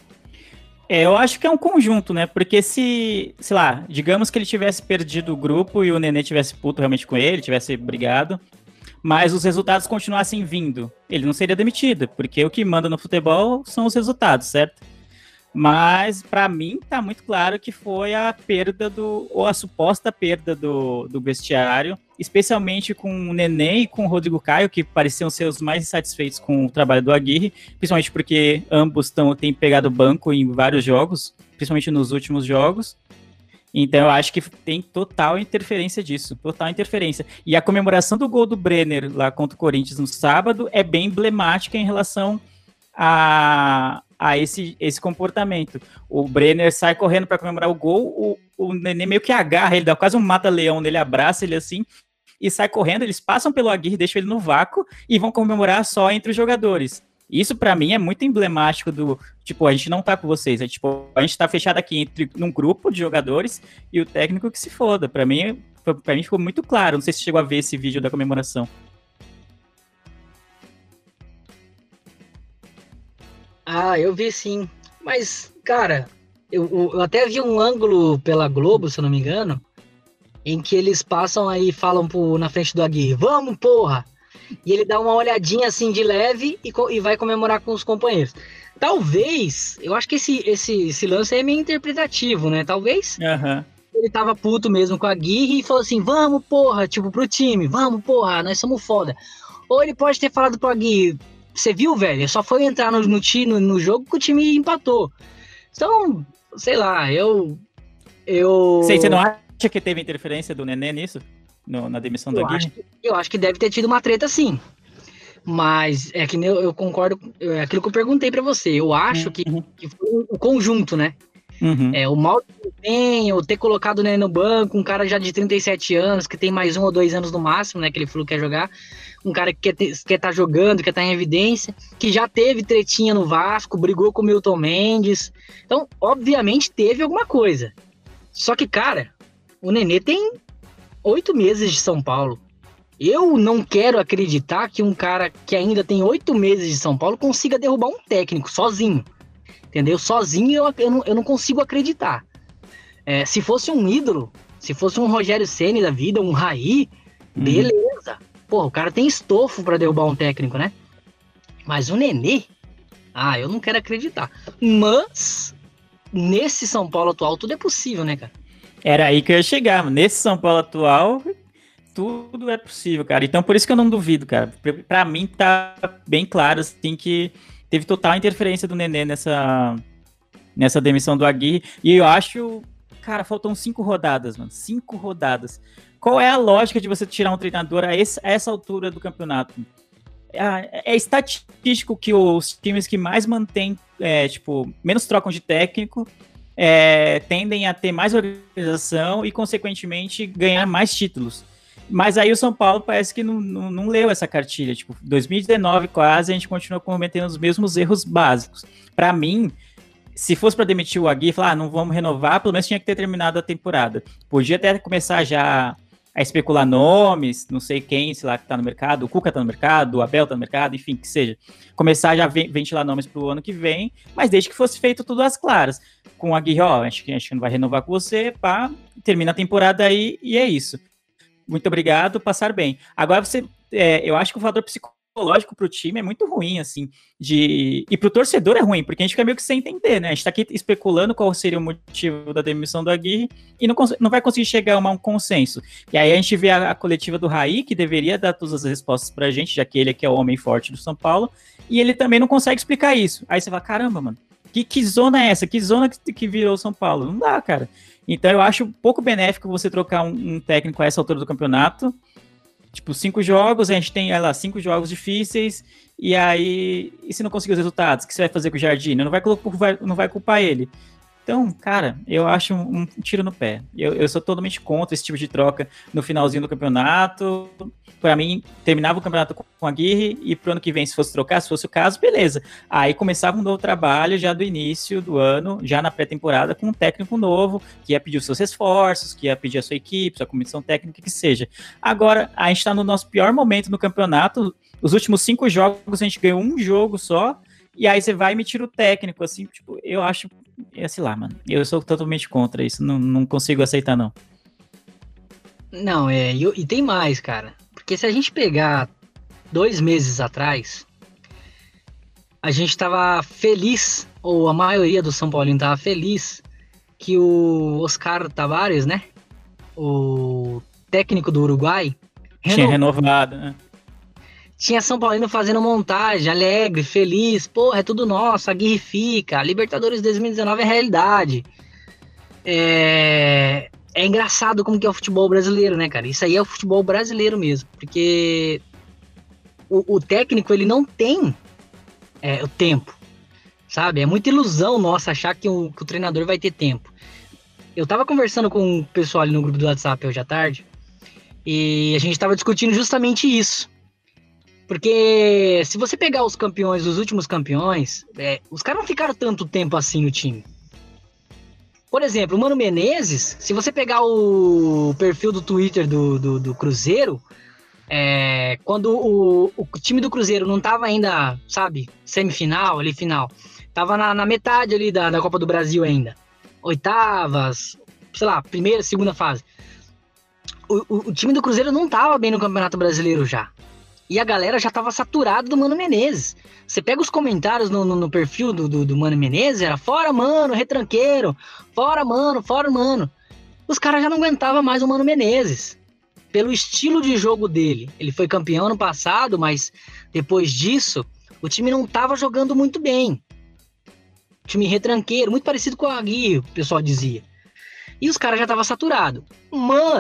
É, eu acho que é um conjunto, né? Porque se, sei lá, digamos que ele tivesse perdido o grupo e o Nenê tivesse puto realmente com ele, tivesse brigado, mas os resultados continuassem vindo, ele não seria demitido, porque o que manda no futebol são os resultados, certo? Mas, pra mim, tá muito claro que foi a perda do, ou a suposta perda do, do vestiário, especialmente com o Nenê e com o Rodrigo Caio, que pareciam ser os mais insatisfeitos com o trabalho do Aguirre, principalmente porque ambos tão, têm pegado banco em vários jogos, principalmente nos últimos jogos. Então eu acho que tem total interferência disso, total interferência. E a comemoração do gol do Brenner lá contra o Corinthians no sábado é bem emblemática em relação a... a esse, esse comportamento. O Brenner sai correndo para comemorar o gol, o, o Nenê meio que agarra, ele dá quase um mata-leão nele, abraça ele assim, e sai correndo, eles passam pelo Aguirre, deixam ele no vácuo, e vão comemorar só entre os jogadores. Isso, para mim, é muito emblemático do, tipo, a gente não tá com vocês, é, tipo, a gente tá fechado aqui entre, num grupo de jogadores, e o técnico que se foda. Para mim, pra mim ficou muito claro, não sei se você chegou a ver esse vídeo da comemoração. Ah, eu vi sim. Mas, cara, eu, eu até vi um ângulo pela Globo, se eu não me engano, em que eles passam aí e falam pro, na frente do Aguirre, vamos, porra! E ele dá uma olhadinha assim de leve e, e vai comemorar com os companheiros. Talvez, eu acho que esse, esse, esse lance aí é meio interpretativo, né? Talvez uhum. Ele tava puto mesmo com a Aguirre e falou assim, vamos, porra, tipo, pro time, vamos, porra, nós somos foda. Ou ele pode ter falado pro Aguirre, você viu, velho? Só foi entrar no, no, no, no jogo que o time empatou. Então, sei lá, eu... eu... Sei, você não acha que teve interferência do Nenê nisso? no, na demissão Eu do acho, Aguirre? que, eu acho que deve ter tido uma treta, sim. Mas é que nem eu, eu concordo, é aquilo que eu perguntei pra você. Eu acho que, Uhum. que foi o conjunto, né? Uhum. É, o mal desempenho, ter colocado né, no banco, um cara já de trinta e sete anos, que tem mais um ou dois anos no máximo, né? Que ele falou que quer jogar. Um cara que quer estar tá jogando, quer estar tá em evidência, que já teve tretinha no Vasco, brigou com o Milton Mendes. Então, obviamente, teve alguma coisa. Só que, cara, o Nenê tem oito meses de São Paulo. Eu não quero acreditar que um cara que ainda tem oito meses de São Paulo consiga derrubar um técnico sozinho. Entendeu? Sozinho eu, eu, não, eu não consigo acreditar. É, se fosse um ídolo, se fosse um Rogério Ceni da vida, um Raí, Uhum. beleza. Pô, o cara tem estofo pra derrubar um técnico, né? Mas o Nenê, ah, eu não quero acreditar. Mas, nesse São Paulo atual, tudo é possível, né, cara? Era aí que eu ia chegar, mano. Nesse São Paulo atual, tudo é possível, cara. Então, por isso que eu não duvido, cara. Pra, pra mim, tá bem claro, assim, que teve total interferência do Nenê nessa, nessa demissão do Aguirre. E eu acho, cara, faltam cinco rodadas, mano. Cinco rodadas. Qual é a lógica de você tirar um treinador a, esse, a essa altura do campeonato? É, é estatístico que os times que mais mantêm, é, tipo, menos trocam de técnico, é, tendem a ter mais organização e, consequentemente, ganhar mais títulos. Mas aí o São Paulo parece que não, não, não leu essa cartilha. Tipo, dois mil e dezenove quase, a gente continua cometendo os mesmos erros básicos. Para mim, se fosse para demitir o Aguirre, falar, ah, não vamos renovar, pelo menos tinha que ter terminado a temporada. Podia até começar já a especular nomes, não sei quem, sei lá, que tá no mercado, o Cuca tá no mercado, o Abel tá no mercado, enfim, que seja. Começar já a ventilar nomes pro ano que vem, mas desde que fosse feito tudo às claras. Com o Aguirre, ó, acho que a gente não vai renovar com você, pá, termina a temporada aí e é isso. Muito obrigado, passar bem. Agora você, é, eu acho que o fator psicológico pro time é muito ruim, assim, de... e pro torcedor é ruim, porque a gente fica meio que sem entender, né? A gente tá aqui especulando qual seria o motivo da demissão do Aguirre e não, não vai conseguir chegar a um consenso. E aí a gente vê a, a coletiva do Raí, que deveria dar todas as respostas pra gente, já que ele aqui é o homem forte do São Paulo, e ele também não consegue explicar isso. Aí você fala, caramba, mano, que, que zona é essa? Que zona que, que virou o São Paulo? Não dá, cara. Então eu acho pouco benéfico você trocar um, um técnico a essa altura do campeonato. Tipo, cinco jogos, a gente tem, olha lá, cinco jogos difíceis, e aí, e se não conseguir os resultados, o que você vai fazer com o Jardim? Não vai, vai, não vai culpar ele. Então, cara, eu acho um, um tiro no pé. Eu, eu sou totalmente contra esse tipo de troca no finalzinho do campeonato. Para mim, terminava o campeonato com a Aguirre e pro ano que vem, se fosse trocar, se fosse o caso, beleza. Aí começava um novo trabalho já do início do ano, já na pré-temporada, com um técnico novo, que ia pedir os seus esforços, que ia pedir a sua equipe, sua comissão técnica, que seja. Agora, a gente tá no nosso pior momento no campeonato. Os últimos cinco jogos, a gente ganhou um jogo só, e aí você vai e me tira o técnico, assim, tipo, eu acho, sei lá, mano, eu sou totalmente contra isso, não, não consigo aceitar, não. Não, é, e, e tem mais, cara, porque se a gente pegar dois meses atrás, a gente tava feliz, ou a maioria do São Paulino tava feliz, que o Oscar Tavares, né, o técnico do Uruguai, tinha renovado, né? Tinha São Paulino fazendo montagem, alegre, feliz. Porra, é tudo nosso, a Aguirre fica. Libertadores dois mil e dezenove é realidade. É... é engraçado como que é o futebol brasileiro, né, cara? Isso aí é o futebol brasileiro mesmo. Porque o, o técnico, ele não tem é, o tempo, sabe? É muita ilusão nossa achar que o, que o treinador vai ter tempo. Eu tava conversando com o pessoal ali no grupo do WhatsApp hoje à tarde e a gente tava discutindo justamente isso. Porque se você pegar os campeões, os últimos campeões, é, os caras não ficaram tanto tempo assim no time. Por exemplo, o Mano Menezes, se você pegar o perfil do Twitter do, do, do Cruzeiro, é, quando o, o time do Cruzeiro não tava ainda, sabe, semifinal, ali final, tava na, na metade ali da, da Copa do Brasil ainda. Oitavas, sei lá, primeira, segunda fase. O, o, o time do Cruzeiro não tava bem no Campeonato Brasileiro já. E a galera já tava saturada do Mano Menezes. Você pega os comentários no, no, no perfil do, do, do Mano Menezes, era fora, mano, retranqueiro, fora, mano, fora, mano. Os caras já não aguentavam mais o Mano Menezes. Pelo estilo de jogo dele. Ele foi campeão ano passado, mas depois disso, o time não tava jogando muito bem. Time retranqueiro, muito parecido com a Aguirre, o pessoal dizia. E os caras já estavam saturados. Mas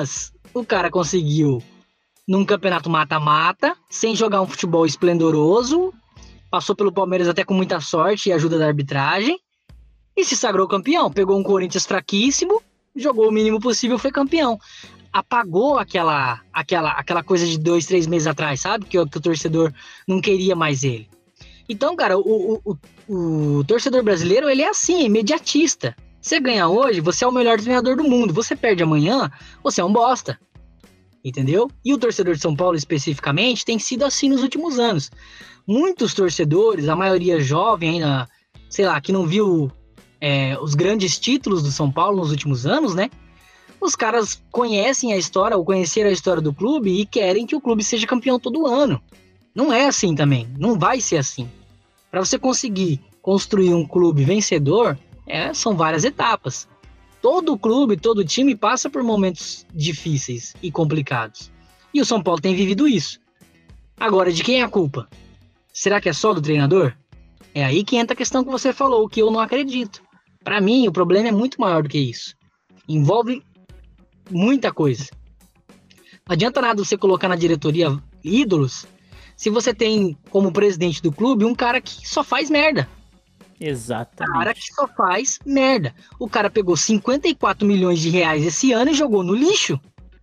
o cara conseguiu num campeonato mata-mata, sem jogar um futebol esplendoroso, passou pelo Palmeiras até com muita sorte e ajuda da arbitragem, e se sagrou campeão. Pegou um Corinthians fraquíssimo, jogou o mínimo possível, foi campeão. Apagou aquela, aquela, aquela coisa de dois, três meses atrás, sabe? Que, que o torcedor não queria mais ele. Então, cara, o, o, o, o torcedor brasileiro, ele é assim, é imediatista. Você ganha hoje, você é o melhor treinador do mundo. Você perde amanhã, você é um bosta. Entendeu? E o torcedor de São Paulo, especificamente, tem sido assim nos últimos anos. Muitos torcedores, a maioria jovem ainda, sei lá, que não viu é, os grandes títulos do São Paulo nos últimos anos, né? Os caras conhecem a história, ou conheceram a história do clube e querem que o clube seja campeão todo ano. Não é assim também, não vai ser assim. Para você conseguir construir um clube vencedor, é, são várias etapas. Todo clube, todo time passa por momentos difíceis e complicados. E o São Paulo tem vivido isso. Agora, de quem é a culpa? Será que é só do treinador? É aí que entra a questão que você falou, que eu não acredito. Para mim, o problema é muito maior do que isso. Envolve muita coisa. Não adianta nada você colocar na diretoria ídolos se você tem como presidente do clube um cara que só faz merda. Exatamente. Um cara que só faz merda. O cara pegou cinquenta e quatro milhões de reais esse ano e jogou no lixo.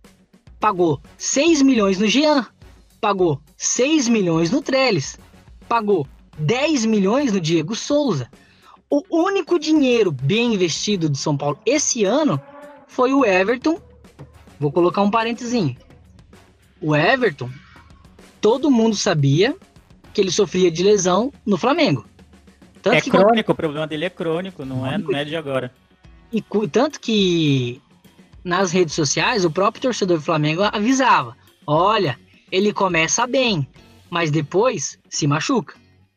Pagou seis milhões no Jean. Pagou seis milhões no Trellis. Pagou dez milhões no Diego Souza. O único dinheiro bem investido do São Paulo esse ano foi o Everton. Vou colocar um parentezinho. O Everton, todo mundo sabia que ele sofria de lesão no Flamengo. Tanto é que crônico, quando... o problema dele é crônico, não é, não é de agora. E tanto que nas redes sociais o próprio torcedor do Flamengo avisava: olha, ele começa bem, mas depois se machuca.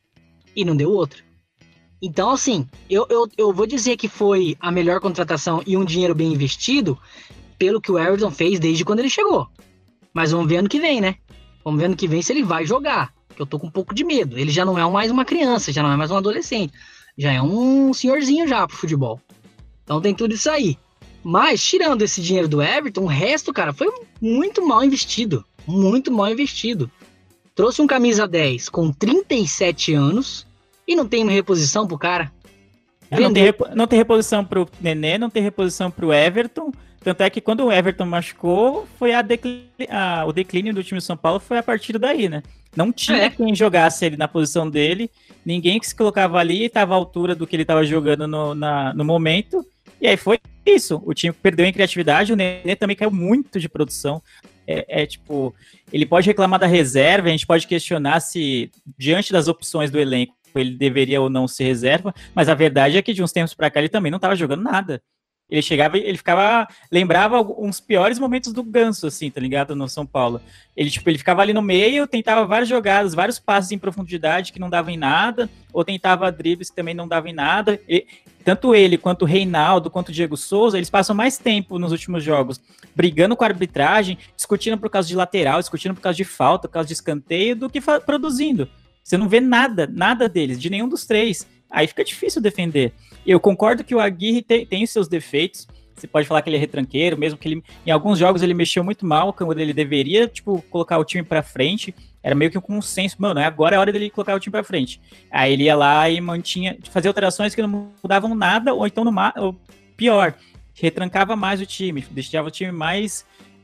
E não deu outra. Então, assim, eu, eu, eu vou dizer que foi a melhor contratação e um dinheiro bem investido pelo que o Everton fez desde quando ele chegou. Mas vamos ver ano que vem, né? Vamos ver ano que vem se ele vai jogar. Que eu tô com um pouco de medo. Ele já não é mais uma criança, já não é mais um adolescente. Já é um senhorzinho já pro futebol. Então tem tudo isso aí. Mas, tirando esse dinheiro do Everton, o resto, cara, foi muito mal investido. Muito mal investido. Trouxe um camisa dez com trinta e sete anos e não tem uma reposição pro cara. É, não, tem repo, não tem reposição pro Nenê, não tem reposição pro Everton. Tanto é que quando o Everton machucou, foi a declínio, a, o declínio do time de São Paulo foi a partir daí, né? Não tinha é. quem jogasse ele na posição dele, ninguém que se colocava ali estava à altura do que ele estava jogando no, na, no momento, e aí foi isso. O time perdeu em criatividade, o Nenê também caiu muito de produção. É, é tipo, ele pode reclamar da reserva, a gente pode questionar se, diante das opções do elenco, ele deveria ou não ser reserva, mas a verdade é que de uns tempos para cá ele também não estava jogando nada. Ele chegava, ele ficava, lembrava uns piores momentos do Ganso, assim, tá ligado, no São Paulo. Ele, tipo, ele ficava ali no meio, tentava várias jogadas, vários passes em profundidade que não davam em nada, ou tentava dribles que também não davam em nada. Ele, tanto ele, quanto o Reinaldo, quanto o Diego Souza, eles passam mais tempo nos últimos jogos brigando com a arbitragem, discutindo por causa de lateral, discutindo por causa de falta, por causa de escanteio, do que produzindo. Você não vê nada, nada deles, de nenhum dos três. Aí fica difícil defender. Eu concordo que o Aguirre tem, tem os seus defeitos. Você pode falar que ele é retranqueiro, mesmo que ele, em alguns jogos ele mexeu muito mal, quando ele deveria, tipo, colocar o time pra frente. Era meio que um consenso, mano, agora é a hora dele colocar o time pra frente. Aí ele ia lá e mantinha, fazia alterações que não mudavam nada, ou então, no ou pior, retrancava mais o time, deixava o time mais...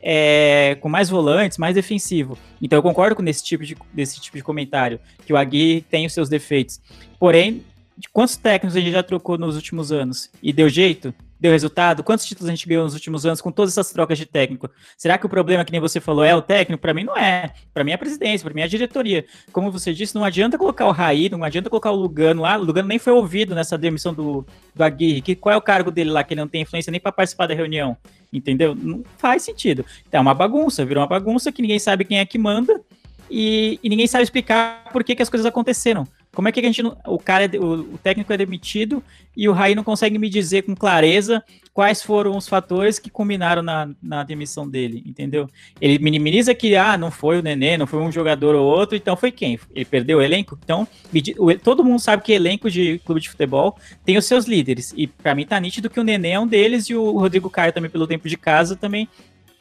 É, com mais volantes, mais defensivo. Então eu concordo com esse tipo de, desse tipo de comentário, que o Aguirre tem os seus defeitos. Porém, de quantos técnicos a gente já trocou nos últimos anos? E deu jeito? Deu resultado? Quantos títulos a gente ganhou nos últimos anos com todas essas trocas de técnico? Será que o problema, que nem você falou, é o técnico? Para mim não é. Para mim é a presidência, para mim é a diretoria. Como você disse, não adianta colocar o Raí, não adianta colocar o Lugano lá. O Lugano nem foi ouvido nessa demissão do, do Aguirre. Que, qual é o cargo dele lá, que ele não tem influência nem para participar da reunião? Entendeu? Não faz sentido. Então é uma bagunça, virou uma bagunça que ninguém sabe quem é que manda e, e ninguém sabe explicar por que, que as coisas aconteceram. Como é que a gente não, o cara, o, o técnico é demitido e o Raí não consegue me dizer com clareza quais foram os fatores que combinaram na, na demissão dele, entendeu? Ele minimiza que, ah, não foi o Nenê, não foi um jogador ou outro, então foi quem? Ele perdeu o elenco? Então, todo mundo sabe que elenco de clube de futebol tem os seus líderes, e pra mim tá nítido que o Nenê é um deles e o Rodrigo Caio também, pelo tempo de casa, também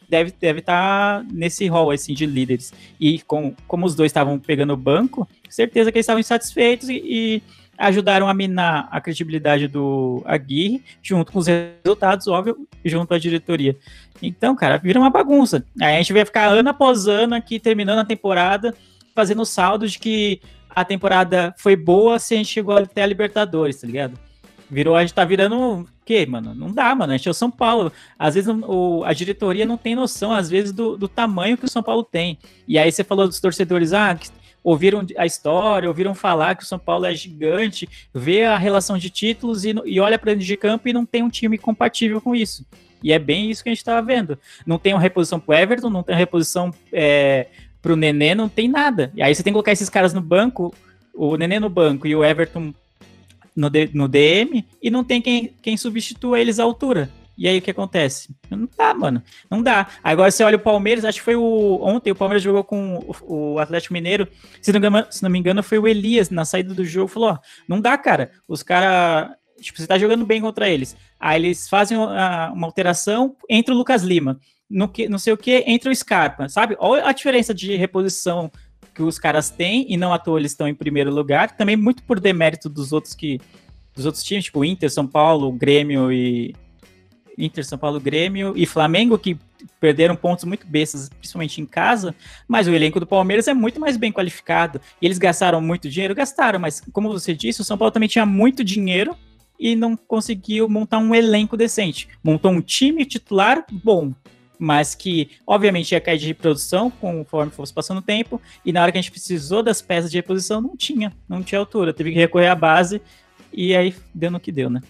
deve estar deve tá nesse rol assim, de líderes. E com, como os dois estavam pegando o banco, certeza que eles estavam insatisfeitos e, e ajudaram a minar a credibilidade do Aguirre, junto com os resultados, óbvio, junto à diretoria. Então, cara, vira uma bagunça. Aí a gente vai ficar ano após ano aqui, terminando a temporada, fazendo saldo de que a temporada foi boa se a gente chegou até a Libertadores, tá ligado? Virou, a gente tá virando o quê, mano? Não dá, mano. A gente é o São Paulo. Às vezes o, a diretoria não tem noção, às vezes, do, do tamanho que o São Paulo tem. E aí você falou dos torcedores, ah, que ouviram a história, ouviram falar que o São Paulo é gigante, vê a relação de títulos e, e olha para dentro de campo e não tem um time compatível com isso. E é bem isso que a gente tava vendo. Não tem uma reposição pro Everton, não tem uma reposição é, pro Nenê, não tem nada. E aí você tem que colocar esses caras no banco, o Nenê no banco e o Everton no, D, no D M, e não tem quem, quem substitua eles à altura. E aí o que acontece? Não dá, mano. Não dá. Agora você olha o Palmeiras, acho que foi o... Ontem o Palmeiras jogou com o, o Atlético Mineiro. Se não, se não me engano, foi o Elias na saída do jogo. Falou, ó, não dá, cara. Os caras... Tipo, você tá jogando bem contra eles. Aí eles fazem uma, uma alteração, entra o Lucas Lima. No que, não sei o que, entra o Scarpa, sabe? Olha a diferença de reposição que os caras têm, e não à toa eles estão em primeiro lugar. Também muito por demérito dos outros que... Dos outros times, tipo Inter, São Paulo, Grêmio e... Inter, São Paulo, Grêmio e Flamengo, que perderam pontos muito bestas, principalmente em casa, mas o elenco do Palmeiras é muito mais bem qualificado, e eles gastaram muito dinheiro, gastaram, mas como você disse, o São Paulo também tinha muito dinheiro e não conseguiu montar um elenco decente, montou um time titular bom, mas que obviamente ia cair de reprodução conforme fosse passando o tempo, e na hora que a gente precisou das peças de reposição, não tinha, não tinha altura, teve que recorrer à base, e aí deu no que deu, né?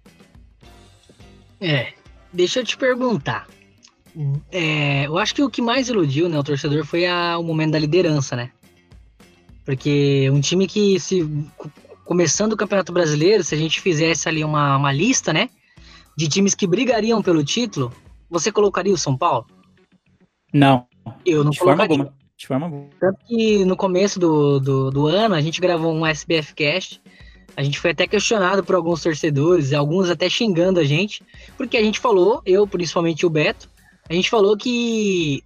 É, deixa eu te perguntar. É, eu acho que o que mais iludiu, né, o torcedor foi a, o momento da liderança, né? Porque um time que, se começando o Campeonato Brasileiro, se a gente fizesse ali uma, uma lista, né, de times que brigariam pelo título, você colocaria o São Paulo? Não. Eu não de forma colocaria. alguma. De forma alguma. Tanto que no começo do, do, do ano, a gente gravou um S B F Cast. A gente foi até questionado por alguns torcedores, alguns até xingando a gente, porque a gente falou, eu principalmente o Beto, a gente falou que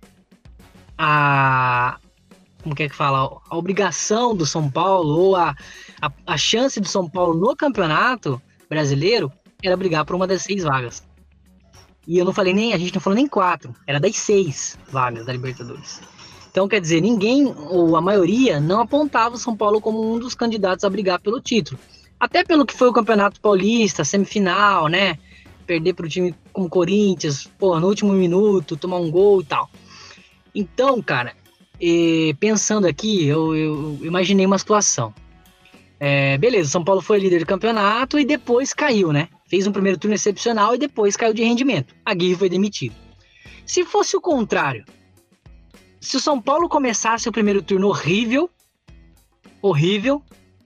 a, como que é que fala, a obrigação do São Paulo, ou a, a, a chance do São Paulo no Campeonato Brasileiro era brigar por uma das seis vagas. E eu não falei nem, a gente não falou nem quatro, era das seis vagas da Libertadores. Então, quer dizer, ninguém, ou a maioria, não apontava o São Paulo como um dos candidatos a brigar pelo título. Até pelo que foi o Campeonato Paulista, semifinal, né? Perder para o time como o Corinthians, pô, no último minuto, tomar um gol e tal. Então, cara, eh, pensando aqui, eu, eu imaginei uma situação. É, beleza, o São Paulo foi líder do campeonato e depois caiu, né? Fez um primeiro turno excepcional e depois caiu de rendimento. Aguirre foi demitido. Se fosse o contrário, se o São Paulo começasse o primeiro turno horrível, horrível,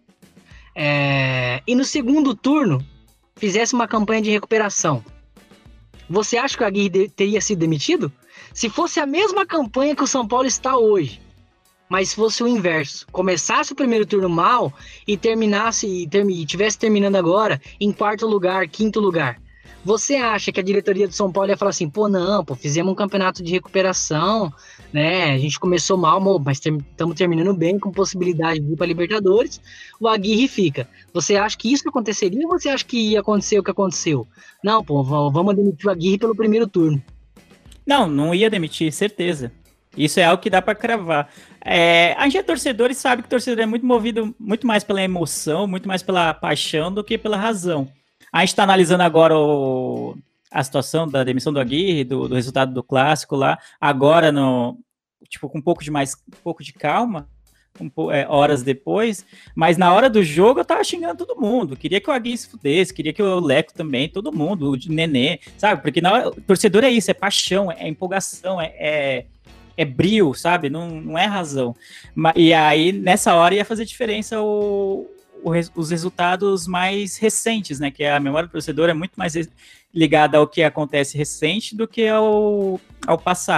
é, e no segundo turno fizesse uma campanha de recuperação, você acha que o Aguirre de, teria sido demitido? Se fosse a mesma campanha que o São Paulo está hoje, mas fosse o inverso, começasse o primeiro turno mal e terminasse e, term, e tivesse terminando agora em quarto lugar, quinto lugar, você acha que a diretoria do São Paulo ia falar assim, pô, não, pô, fizemos um campeonato de recuperação, né, a gente começou mal, mas estamos terminando bem, com possibilidade de ir para Libertadores, o Aguirre fica. Você acha que isso aconteceria ou você acha que ia acontecer o que aconteceu? Não, pô, vamos demitir o Aguirre pelo primeiro turno. Não, não ia demitir, certeza. Isso é algo que dá para cravar. É, a gente é torcedor e sabe que o torcedor é muito movido muito mais pela emoção, muito mais pela paixão do que pela razão. A gente está analisando agora o, a situação da demissão do Aguirre, do, do resultado do clássico lá, agora no, tipo, com um pouco de mais, um pouco de calma, um, é, horas depois, mas na hora do jogo eu tava xingando todo mundo, queria que o Aguirre se fudesse, queria que o Leco também, todo mundo, o Nenê, sabe? Porque na hora, o torcedor é isso, é paixão, é empolgação, é, é, é brio, sabe? Não, não é razão. E aí, nessa hora ia fazer diferença o os resultados mais recentes, né, que a memória do torcedor é muito mais ligada ao que acontece recente do que ao, ao passado.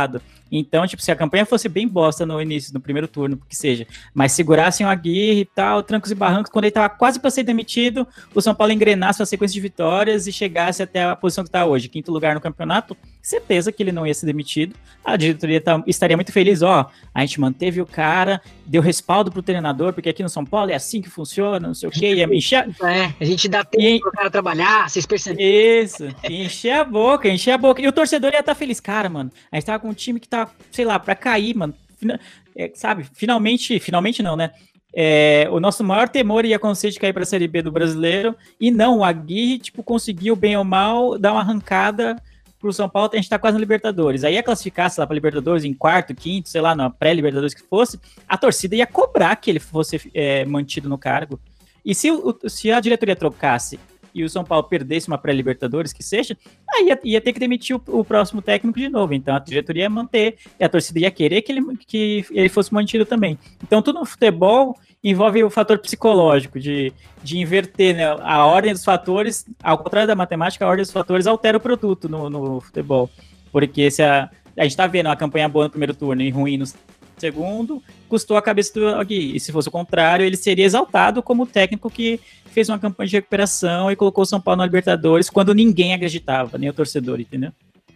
Então, tipo, se a campanha fosse bem bosta no início, no primeiro turno, que seja, mas segurassem o Aguirre e tal, trancos e barrancos, quando ele tava quase para ser demitido, o São Paulo engrenasse uma sequência de vitórias e chegasse até a posição que tá hoje, quinto lugar no campeonato, certeza que ele não ia ser demitido. A diretoria tá, estaria muito feliz, ó, a gente manteve o cara, deu respaldo pro treinador, porque aqui no São Paulo é assim que funciona, não sei o quê, ia encher... É, a gente dá tempo e... pro cara trabalhar, vocês percebem? Isso, encher a boca, encher a boca. E o torcedor ia estar feliz, cara, mano, a gente tava com um time que tá, sei lá, pra cair, mano, é, sabe, finalmente, finalmente não, né, é, o nosso maior temor ia acontecer de cair pra Série B do Brasileiro, e não, o Aguirre, tipo, conseguiu, bem ou mal, dar uma arrancada pro São Paulo, a gente tá quase na Libertadores, aí ia classificar, sei lá, pra Libertadores em quarto, quinto, sei lá, na pré-Libertadores que fosse, a torcida ia cobrar que ele fosse é, mantido no cargo, e se, o, se a diretoria trocasse e o São Paulo perdesse uma pré-Libertadores, que seja, aí ia, ia ter que demitir o, o próximo técnico de novo. Então a diretoria ia manter, e a torcida ia querer que ele, que ele fosse mantido também. Então tudo no futebol envolve o fator psicológico, de, de inverter, né, a ordem dos fatores, ao contrário da matemática, a ordem dos fatores altera o produto no, no futebol. Porque se a, a gente tá vendo uma campanha boa no primeiro turno e ruim no segundo, custou a cabeça do Aguirre. E se fosse o contrário, ele seria exaltado como técnico que fez uma campanha de recuperação e colocou o São Paulo na Libertadores quando ninguém acreditava, nem o torcedor, entendeu?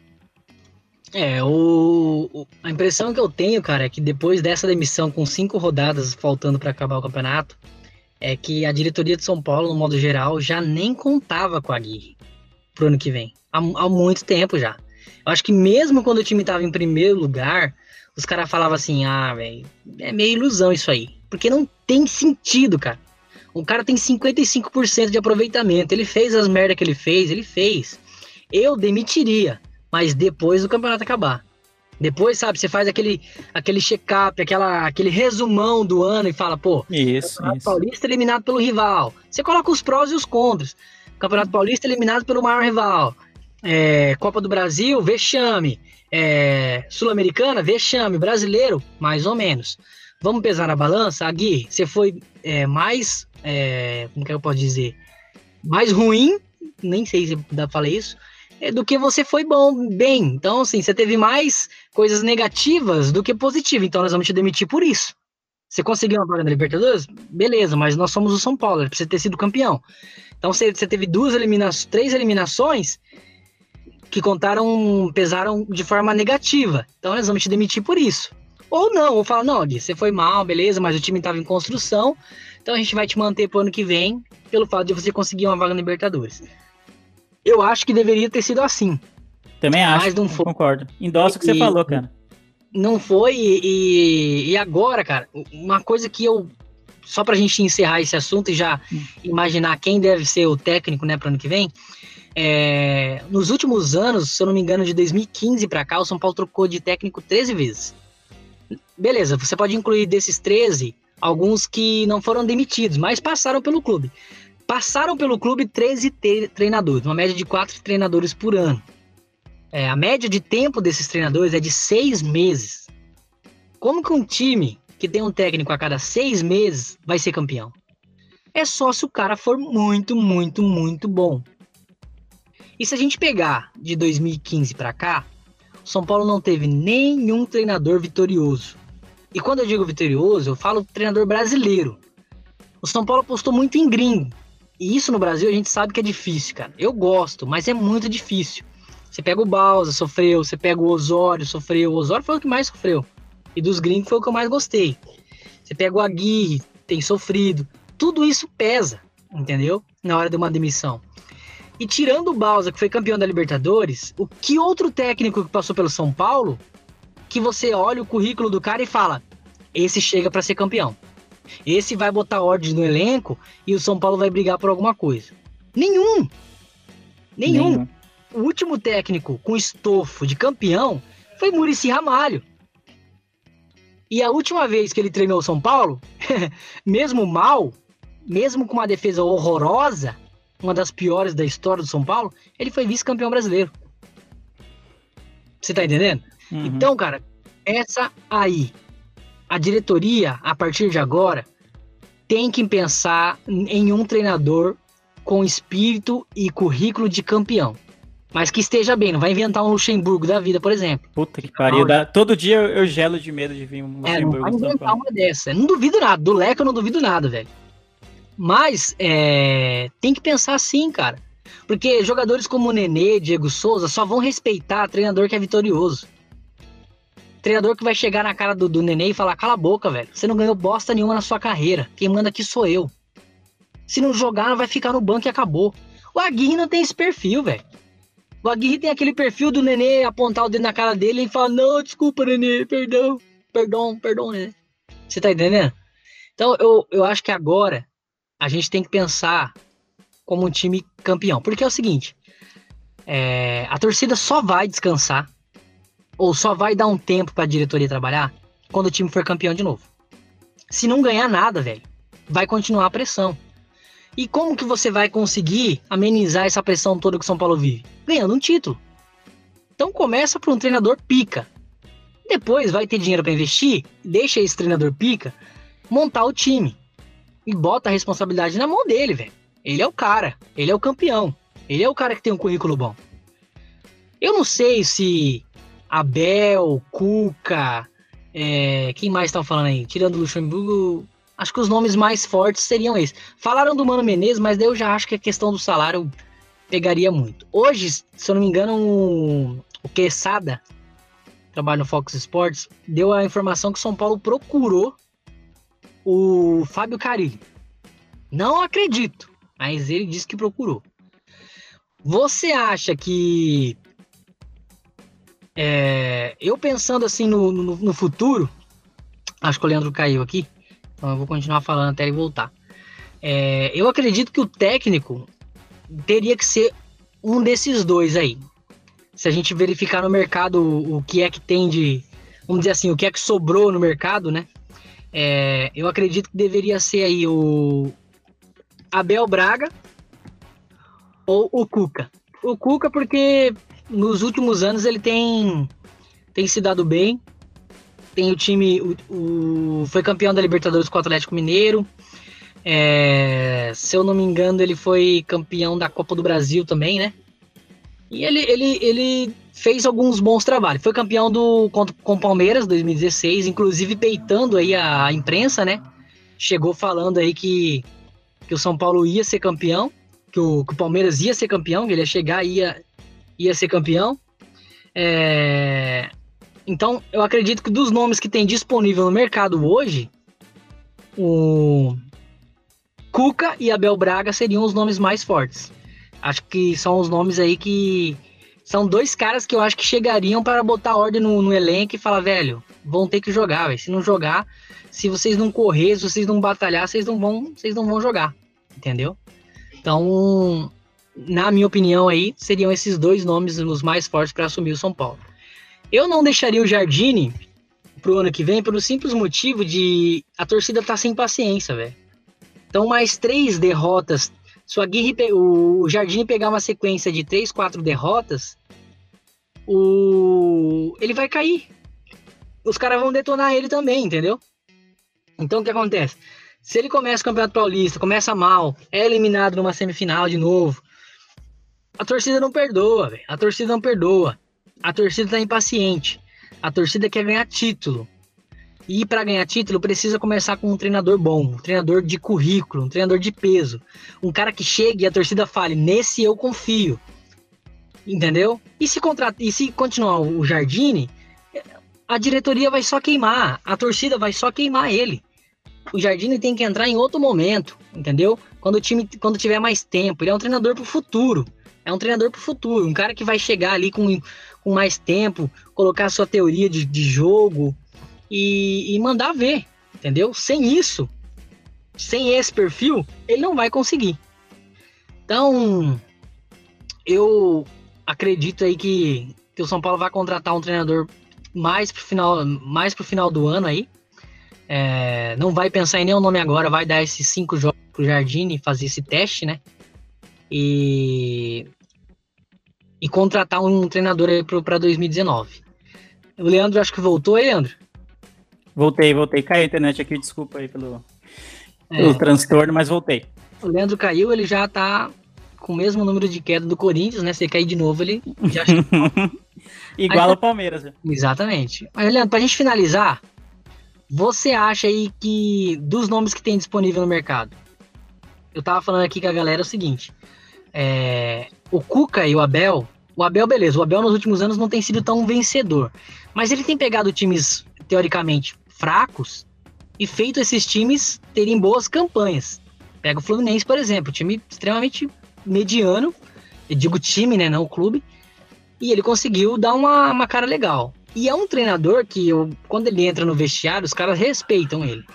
É, o, o, a impressão que eu tenho, cara, é que depois dessa demissão, com cinco rodadas faltando para acabar o campeonato, é que a diretoria de São Paulo, no modo geral, já nem contava com a Aguirre pro ano que vem. Há, há muito tempo já. Eu acho que mesmo quando o time tava em primeiro lugar, os caras falavam assim, ah, velho, é meio ilusão isso aí. Porque não tem sentido, cara. O cara tem cinquenta e cinco por cento de aproveitamento. Ele fez as merdas que ele fez, ele fez. Eu demitiria, mas depois do campeonato acabar. Depois, sabe, você faz aquele, aquele check-up, aquela, aquele resumão do ano e fala, pô, isso, Campeonato isso. Paulista eliminado pelo rival. Você coloca os prós e os contras. Campeonato Paulista eliminado pelo maior rival. É, Copa do Brasil, vexame. É, Sul-Americana, vexame. Brasileiro, mais ou menos. Vamos pesar na balança? Agui, você foi é, mais... É, como que eu posso dizer? Mais ruim, nem sei se dá pra falar isso, é, do que você foi bom, bem. Então, assim, você teve mais coisas negativas do que positivas. Então, nós vamos te demitir por isso. Você conseguiu uma vaga na Libertadores? Beleza, mas nós somos o São Paulo, era pra você ter sido campeão. Então, você, você teve duas eliminações, três eliminações que contaram, pesaram de forma negativa. Então, nós vamos te demitir por isso. Ou não, ou falar, não, Gui, você foi mal, beleza, mas o time estava em construção, então a gente vai te manter pro ano que vem, pelo fato de você conseguir uma vaga na Libertadores. Eu acho que deveria ter sido assim. Também acho, mas não foi. Concordo. Endosso o que você E, falou, cara. Não foi, e, e agora, cara, uma coisa que eu, só pra gente encerrar esse assunto e já hum. imaginar quem deve ser o técnico, né, pro ano que vem, é, nos últimos anos, se eu não me engano, de dois mil e quinze pra cá, o São Paulo trocou de técnico treze vezes. Beleza, você pode incluir desses treze, alguns que não foram demitidos, mas passaram pelo clube. Passaram pelo clube treze te- treinadores, uma média de quatro treinadores por ano. É, a média de tempo desses treinadores é de seis meses. Como que um time que tem um técnico a cada seis meses vai ser campeão? É só se o cara for muito, muito, muito bom. E se a gente pegar de dois mil e quinze para cá, o São Paulo não teve nenhum treinador vitorioso. E quando eu digo vitorioso, eu falo treinador brasileiro. O São Paulo apostou muito em gringo. E isso no Brasil a gente sabe que é difícil, cara. Eu gosto, mas é muito difícil. Você pega o Bausa, sofreu. Você pega o Osório, sofreu. O Osório foi o que mais sofreu. E dos gringos foi o que eu mais gostei. Você pega o Aguirre, tem sofrido. Tudo isso pesa, entendeu? Na hora de uma demissão. E tirando o Bausa, que foi campeão da Libertadores, o que outro técnico que passou pelo São Paulo, que você olha o currículo do cara e fala, esse chega para ser campeão. Esse vai botar ordem no elenco e o São Paulo vai brigar por alguma coisa. Nenhum! Nenhum! Nenhum. O último técnico com estofo de campeão foi Muricy Ramalho. E a última vez que ele treinou o São Paulo, mesmo mal, mesmo com uma defesa horrorosa, uma das piores da história do São Paulo, ele foi vice-campeão brasileiro. Você tá entendendo? Uhum. Então, cara, essa aí, a diretoria, a partir de agora, tem que pensar em um treinador com espírito e currículo de campeão. Mas que esteja bem, não vai inventar um Luxemburgo da vida, por exemplo. Puta que pariu. Dá... Todo dia eu, eu gelo de medo de vir um É, não Luxemburgo vai no São inventar Paulo. uma dessa. Não duvido nada. Do Leco eu não duvido nada, velho. Mas é, tem que pensar assim, cara. Porque jogadores como o Nenê, Diego Souza, só vão respeitar treinador que é vitorioso. Treinador que vai chegar na cara do, do Nenê e falar, cala a boca, velho. Você não ganhou bosta nenhuma na sua carreira. Quem manda aqui sou eu. Se não jogar, vai ficar no banco e acabou. O Aguirre não tem esse perfil, velho. O Aguirre tem aquele perfil do Nenê apontar o dedo na cara dele e falar, não, desculpa, Nenê, perdão, perdão, perdão, Nenê. Você tá entendendo? Então, eu, eu acho que agora a gente tem que pensar como um time campeão. Porque é o seguinte, é, a torcida só vai descansar ou só vai dar um tempo pra diretoria trabalhar quando o time for campeão de novo. Se não ganhar nada, velho, vai continuar a pressão. E como que você vai conseguir amenizar essa pressão toda que o São Paulo vive? Ganhando um título. Então começa por um treinador pica. Depois vai ter dinheiro para investir, deixa esse treinador pica montar o time. E bota a responsabilidade na mão dele, velho. Ele é o cara, ele é o campeão. Ele é o cara que tem um currículo bom. Eu não sei se Abel, Cuca, é, quem mais estão falando aí? Tirando o Luxemburgo... Acho que os nomes mais fortes seriam esses. Falaram do Mano Menezes, mas daí eu já acho que a questão do salário pegaria muito. Hoje, se eu não me engano, um, o Quesada, trabalha no Fox Sports, deu a informação que o São Paulo procurou o Fábio Carille. Não acredito, mas ele disse que procurou. Você acha que... É, eu pensando assim no, no, no futuro, acho que o Leandro caiu aqui, então eu vou continuar falando até ele voltar. É, eu acredito que o técnico teria que ser um desses dois aí. Se a gente verificar no mercado o, o que é que tem de... Vamos dizer assim, o que é que sobrou no mercado, né? É, eu acredito que deveria ser aí o Abel Braga ou o Cuca. O Cuca porque nos últimos anos ele tem, tem se dado bem. Tem o time, o, o, foi campeão da Libertadores com o Atlético Mineiro. É, se eu não me engano, ele foi campeão da Copa do Brasil também, né? E ele, ele, ele fez alguns bons trabalhos. Foi campeão do, com, com o Palmeiras em dois mil e dezesseis, inclusive peitando aí a, a imprensa, né? Chegou falando aí que, que o São Paulo ia ser campeão, que o, que o Palmeiras ia ser campeão, que ele ia chegar e ia, ia ser campeão. É... Então, eu acredito que dos nomes que tem disponível no mercado hoje, o Cuca e Abel Braga seriam os nomes mais fortes. Acho que são os nomes aí que... São dois caras que eu acho que chegariam para botar ordem no, no elenco e falar, velho, vão ter que jogar, velho. Se não jogar, se vocês não correr, se vocês não batalhar, vocês não vão, vocês não vão jogar, entendeu? Então, na minha opinião aí, seriam esses dois nomes os mais fortes para assumir o São Paulo. Eu não deixaria o Jardine pro ano que vem pelo simples motivo de a torcida tá sem paciência, velho. Então, mais três derrotas. Se o Aguirre, o Jardine pegar uma sequência de três, quatro derrotas, o... ele vai cair. Os caras vão detonar ele também, entendeu? Então, o que acontece? Se ele começa o Campeonato Paulista, começa mal, é eliminado numa semifinal de novo, a torcida não perdoa, velho. A torcida não perdoa. A torcida tá impaciente. A torcida quer ganhar título. E para ganhar título precisa começar com um treinador bom, um treinador de currículo, um treinador de peso. Um cara que chegue e a torcida fale, nesse eu confio. Entendeu? E se, contrat... e se continuar o Jardine, a diretoria vai só queimar, a torcida vai só queimar ele. O Jardine tem que entrar em outro momento, entendeu? Quando o time quando tiver mais tempo. Ele é um treinador pro futuro. É um treinador pro futuro. Um cara que vai chegar ali com, com mais tempo, colocar a sua teoria de, de jogo e, e mandar ver, entendeu? Sem isso, sem esse perfil, ele não vai conseguir. Então, eu acredito aí que, que o São Paulo vai contratar um treinador mais pro final, mais pro final do ano aí. É, não vai pensar em nenhum nome agora, vai dar esses cinco jogos pro Jardine, fazer esse teste, né? E, e contratar um treinador aí para dois mil e dezenove. O Leandro acho que voltou aí, Leandro? Voltei, voltei. Caiu a internet aqui, desculpa aí pelo, é, pelo transtorno, mas voltei. O Leandro caiu, ele já tá com o mesmo número de queda do Corinthians, né? Se ele cair de novo, ele já... Igual ao Palmeiras. Né? Exatamente. Mas, Leandro, pra gente finalizar, você acha aí que, dos nomes que tem disponível no mercado, eu tava falando aqui com a galera o seguinte, é, o Cuca e o Abel, o Abel, beleza, o Abel nos últimos anos não tem sido tão vencedor, mas ele tem pegado times, teoricamente, fracos e feito esses times terem boas campanhas. Pega o Fluminense, por exemplo, time extremamente mediano, eu digo time, né, não o clube, e ele conseguiu dar uma, uma cara legal. E é um treinador que, eu, quando ele entra no vestiário, os caras respeitam ele.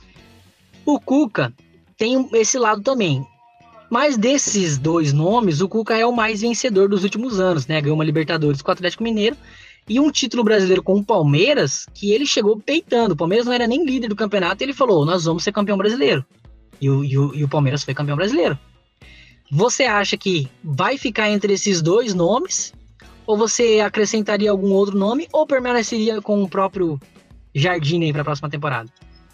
O Cuca tem esse lado também. Mas desses dois nomes, o Cuca é o mais vencedor dos últimos anos, né? Ganhou uma Libertadores com o Atlético Mineiro e um título brasileiro com o Palmeiras, que ele chegou peitando. O Palmeiras não era nem líder do campeonato e ele falou, nós vamos ser campeão brasileiro. E o, e o, e o Palmeiras foi campeão brasileiro. Você acha que vai ficar entre esses dois nomes? Ou você acrescentaria algum outro nome? Ou permaneceria com o próprio Jardine aí para a próxima temporada?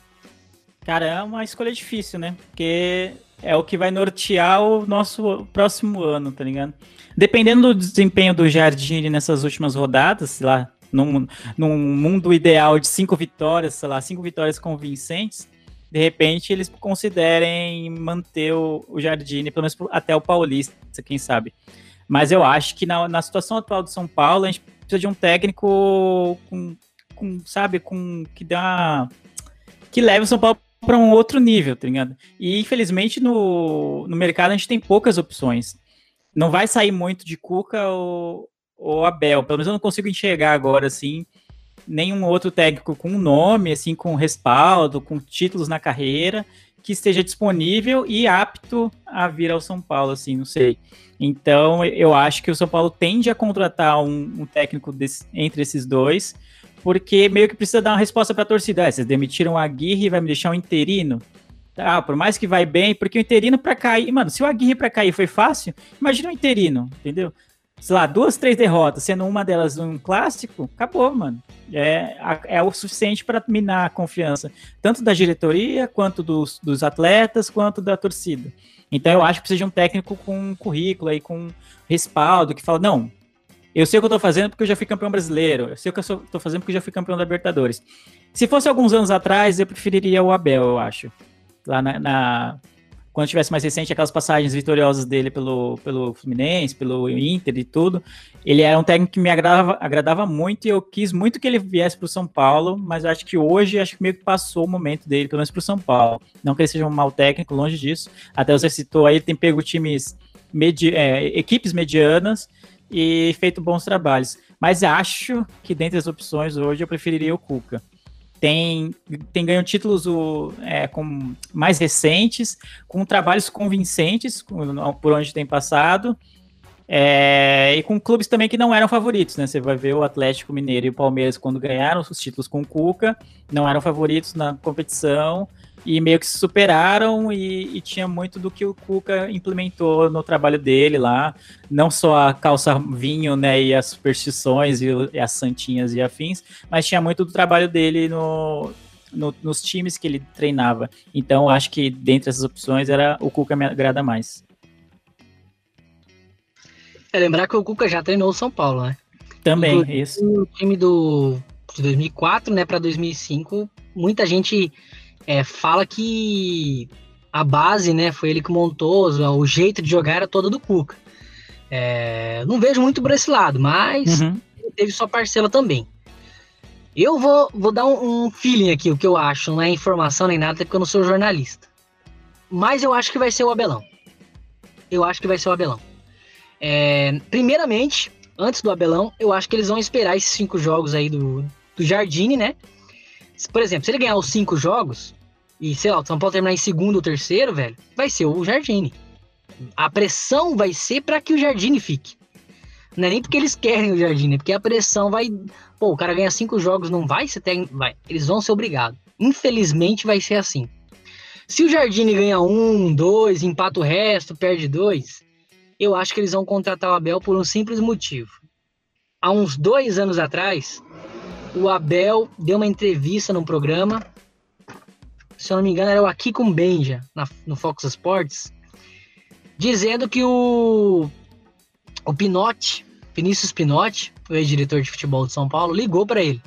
Cara, é uma escolha difícil, né? Porque é o que vai nortear o nosso próximo ano, tá ligado? Dependendo do desempenho do Jardine nessas últimas rodadas, sei lá, num, num mundo ideal de cinco vitórias, sei lá, cinco vitórias convincentes, de repente eles considerem manter o, o Jardine, pelo menos até o Paulista, quem sabe. Mas eu acho que na, na situação atual do São Paulo, a gente precisa de um técnico com, com sabe, com que dá, que leve o São Paulo para um outro nível, tá ligado? E infelizmente no, no mercado a gente tem poucas opções. Não vai sair muito de Cuca ou, ou Abel, pelo menos eu não consigo enxergar agora, assim, nenhum outro técnico com nome, assim, com respaldo, com títulos na carreira, que esteja disponível e apto a vir ao São Paulo, assim, não sei. Então, eu acho que o São Paulo tende a contratar um, um técnico desse, entre esses dois, porque meio que precisa dar uma resposta para a torcida. Ah, vocês demitiram o Aguirre e vai me deixar um interino? Ah, por mais que vai bem, porque o interino para cair... Mano, se o Aguirre para cair foi fácil, imagina o interino, entendeu? Sei lá, duas, três derrotas, sendo uma delas um clássico, acabou, mano. É, é o suficiente para minar a confiança, tanto da diretoria, quanto dos, dos atletas, quanto da torcida. Então eu acho que precisa de um técnico com currículo aí, com respaldo, que fala, não, eu sei o que eu tô fazendo porque eu já fui campeão brasileiro, eu sei o que eu tô fazendo porque eu já fui campeão da Libertadores. Se fosse alguns anos atrás, eu preferiria o Abel, eu acho. Lá na... na quando tivesse mais recente, aquelas passagens vitoriosas dele pelo, pelo Fluminense, pelo Inter e tudo, ele era um técnico que me agradava, agradava muito e eu quis muito que ele viesse para o São Paulo, mas eu acho que hoje, acho que meio que passou o momento dele, pelo menos para o São Paulo. Não que ele seja um mau técnico, longe disso. Até você citou aí, ele tem pego times, medi- é, equipes medianas e feito bons trabalhos. Mas acho que dentre as opções hoje eu preferiria o Cuca. Tem, tem ganho títulos o, é, com, mais recentes, com trabalhos convincentes, com, por onde tem passado, é, e com clubes também que não eram favoritos, né? Você vai ver o Atlético Mineiro e o Palmeiras, quando ganharam os títulos com o Cuca, não eram favoritos na competição, e meio que se superaram, e, e tinha muito do que o Cuca implementou no trabalho dele lá, não só a calça vinho, né, e as superstições, e, e as santinhas e afins, mas tinha muito do trabalho dele no, no, nos times que ele treinava. Então, acho que dentre essas opções, era o Cuca me agrada mais. É lembrar que o Cuca já treinou o São Paulo, né? Também, Inclusive, isso. O time do, de dois mil e quatro, né, para dois mil e cinco, muita gente... É, fala que a base, né, foi ele que montou, o jeito de jogar era todo do Cuca. É, não vejo muito por esse lado, mas uhum. Ele teve sua parcela também. Eu vou, vou dar um, um feeling aqui, o que eu acho, não é informação nem nada, porque eu não sou jornalista. Mas eu acho que vai ser o Abelão. Eu acho que vai ser o Abelão. É, primeiramente, antes do Abelão, eu acho que eles vão esperar esses cinco jogos aí do, do Jardine, né? Por exemplo, se ele ganhar os cinco jogos e, sei lá, o São Paulo terminar em segundo ou terceiro, velho, vai ser o Jardine. A pressão vai ser para que o Jardine fique. Não é nem porque eles querem o Jardine, é porque a pressão vai... Pô, o cara ganha cinco jogos, não vai ser técnico? Vai. Eles vão ser obrigados. Infelizmente vai ser assim. Se o Jardine ganha um, dois, empata o resto, perde dois, eu acho que eles vão contratar o Abel por um simples motivo. Há uns dois anos atrás... O Abel deu uma entrevista num programa, se eu não me engano era o Aqui com Benja, na, no Fox Sports, dizendo que o, o Pinotti, Vinícius Pinotti, o ex-diretor de futebol de São Paulo, ligou para ele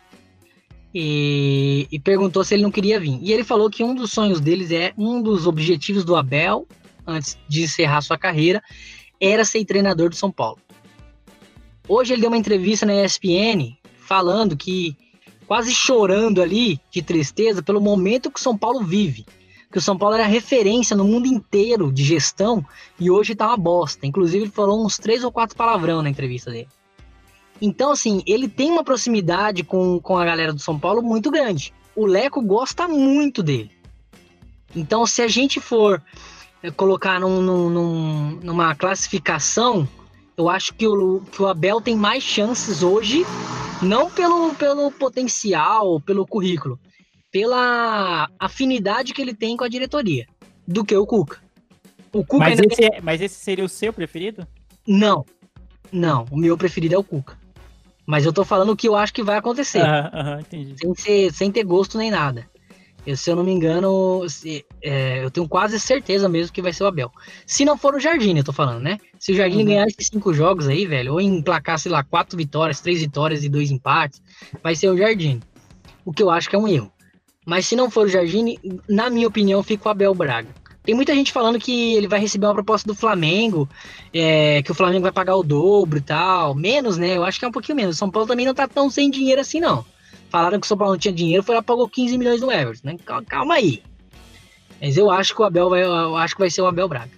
e, e perguntou se ele não queria vir. E ele falou que um dos sonhos deles, é um dos objetivos do Abel, antes de encerrar sua carreira, era ser treinador do São Paulo. Hoje ele deu uma entrevista na E S P N falando que, quase chorando ali de tristeza pelo momento que o São Paulo vive. Que o São Paulo era referência no mundo inteiro de gestão e hoje tá uma bosta. Inclusive ele falou uns três ou quatro palavrão na entrevista dele. Então assim, ele tem uma proximidade com, com a galera do São Paulo muito grande. O Leco gosta muito dele. Então se a gente for colocar num, num, numa classificação, eu acho que o, que o Abel tem mais chances hoje, não pelo, pelo potencial, pelo currículo, pela afinidade que ele tem com a diretoria, do que o Cuca. O Cuca mas, ainda esse, tem... mas esse seria o seu preferido? Não, não, o meu preferido é o Cuca. Mas eu tô falando o que eu acho que vai acontecer. Aham, aham, entendi. Sem, ser, sem ter gosto nem nada. Eu, se eu não me engano, se, é, eu tenho quase certeza mesmo que vai ser o Abel. Se não for o Jardine, eu tô falando, né? Se o Jardine uhum. ganhar esses cinco jogos aí, velho, ou emplacar, sei lá, quatro vitórias, três vitórias e dois empates, vai ser o Jardine. O que eu acho que é um erro. Mas se não for o Jardine, na minha opinião, fica o Abel Braga. Tem muita gente falando que ele vai receber uma proposta do Flamengo, é, que o Flamengo vai pagar o dobro e tal. Menos, né? Eu acho que é um pouquinho menos. O São Paulo também não tá tão sem dinheiro assim, não. Falaram que o São Paulo não tinha dinheiro, foi lá, pagou quinze milhões no Everton, né? Calma aí. Mas eu acho que o Abel vai, eu acho que vai ser o Abel Braga.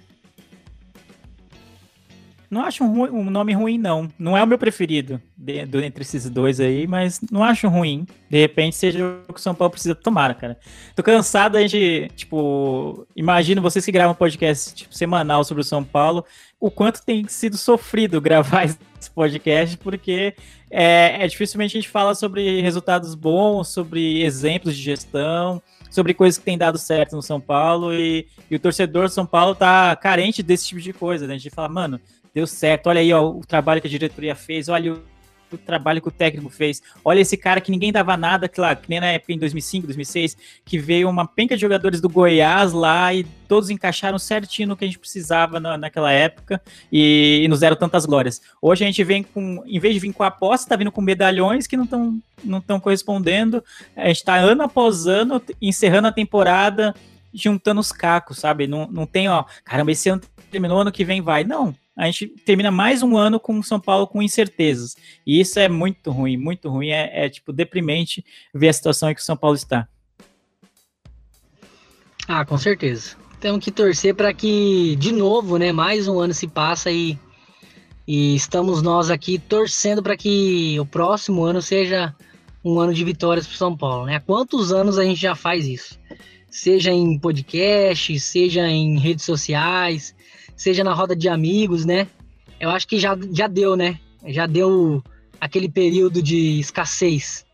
Não acho um, um nome ruim, não. Não é o meu preferido de, de, entre esses dois aí, mas não acho ruim. De repente seja o que o São Paulo precisa tomar, cara. Tô cansado, a gente, tipo, imagino vocês que gravam um podcast tipo, semanal sobre o São Paulo, o quanto tem sido sofrido gravar esse podcast, porque é, é dificilmente a gente fala sobre resultados bons, sobre exemplos de gestão, sobre coisas que têm dado certo no São Paulo, e, e o torcedor do São Paulo tá carente desse tipo de coisa, né? A gente fala, mano, deu certo, olha aí ó, o trabalho que a diretoria fez, olha o, o trabalho que o técnico fez, olha esse cara que ninguém dava nada, que, lá, que nem na época em dois mil e cinco, dois mil e seis, que veio uma penca de jogadores do Goiás lá e todos encaixaram certinho no que a gente precisava na, naquela época e, e nos deram tantas glórias. Hoje a gente vem com, em vez de vir com a aposta, tá vindo com medalhões que não estão não estão correspondendo, a gente tá ano após ano encerrando a temporada, juntando os cacos, sabe? Não, não tem, ó, caramba, esse ano terminou, ano que vem vai, não. A gente termina mais um ano com o São Paulo com incertezas. E isso é muito ruim, muito ruim. É, é tipo, deprimente ver a situação em que o São Paulo está. Ah, com certeza. Temos que torcer para que, de novo, né, mais um ano se passa e, e estamos nós aqui torcendo para que o próximo ano seja um ano de vitórias para o São Paulo, né? Há quantos anos a gente já faz isso? Seja em podcast, seja em redes sociais, seja na roda de amigos, né? Eu acho que já, já deu, né? Já deu aquele período de escassez.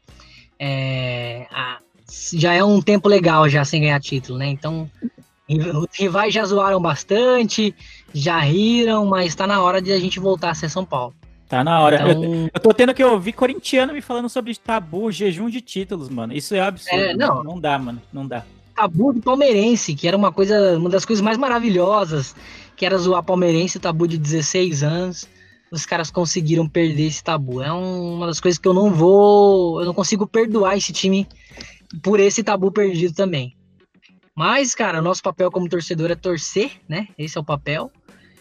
É, a, já é um tempo legal já sem ganhar título, né? Então, os rivais já zoaram bastante, já riram, mas tá na hora de a gente voltar a ser São Paulo. Tá na hora. Então... Eu, eu tô tendo que ouvir corintiano me falando sobre tabu, jejum de títulos, mano. Isso é absurdo. É, não. não dá, mano. Não dá. Tabu do palmeirense, que era uma coisa, uma das coisas mais maravilhosas, que era zoar palmeirense, tabu de dezesseis anos. Os caras conseguiram perder esse tabu. É um, uma das coisas que eu não vou, eu não consigo perdoar esse time por esse tabu perdido também. Mas, cara, o nosso papel como torcedor é torcer, né? Esse é o papel.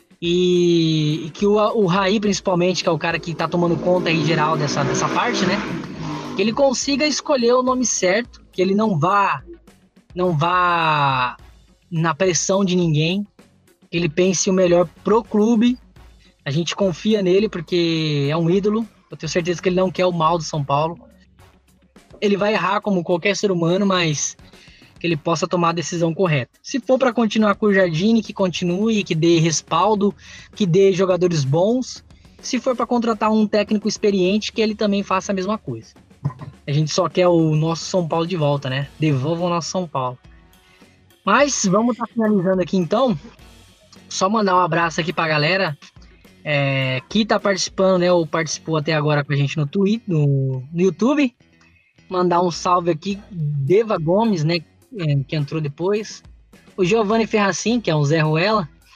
E, e que o, o Raí, principalmente, que é o cara que tá tomando conta aí geral dessa, dessa parte, né? Que ele consiga escolher o nome certo, que ele não vá, não vá na pressão de ninguém, que ele pense o melhor pro clube. A gente confia nele porque é um ídolo. Eu tenho certeza que ele não quer o mal do São Paulo. Ele vai errar como qualquer ser humano, mas que ele possa tomar a decisão correta. Se for para continuar com o Jardine, que continue, que dê respaldo, que dê jogadores bons. Se for para contratar um técnico experiente, que ele também faça a mesma coisa. A gente só quer o nosso São Paulo de volta, né? Devolva o nosso São Paulo. Mas vamos estar tá finalizando aqui então. Só mandar um abraço aqui pra galera é, que tá participando, né? Ou participou até agora com a gente no Twitter, no, no YouTube. Mandar um salve aqui, Deva Gomes, né? É, que entrou depois. O Giovanni Ferracin, que é um Zé Ruela.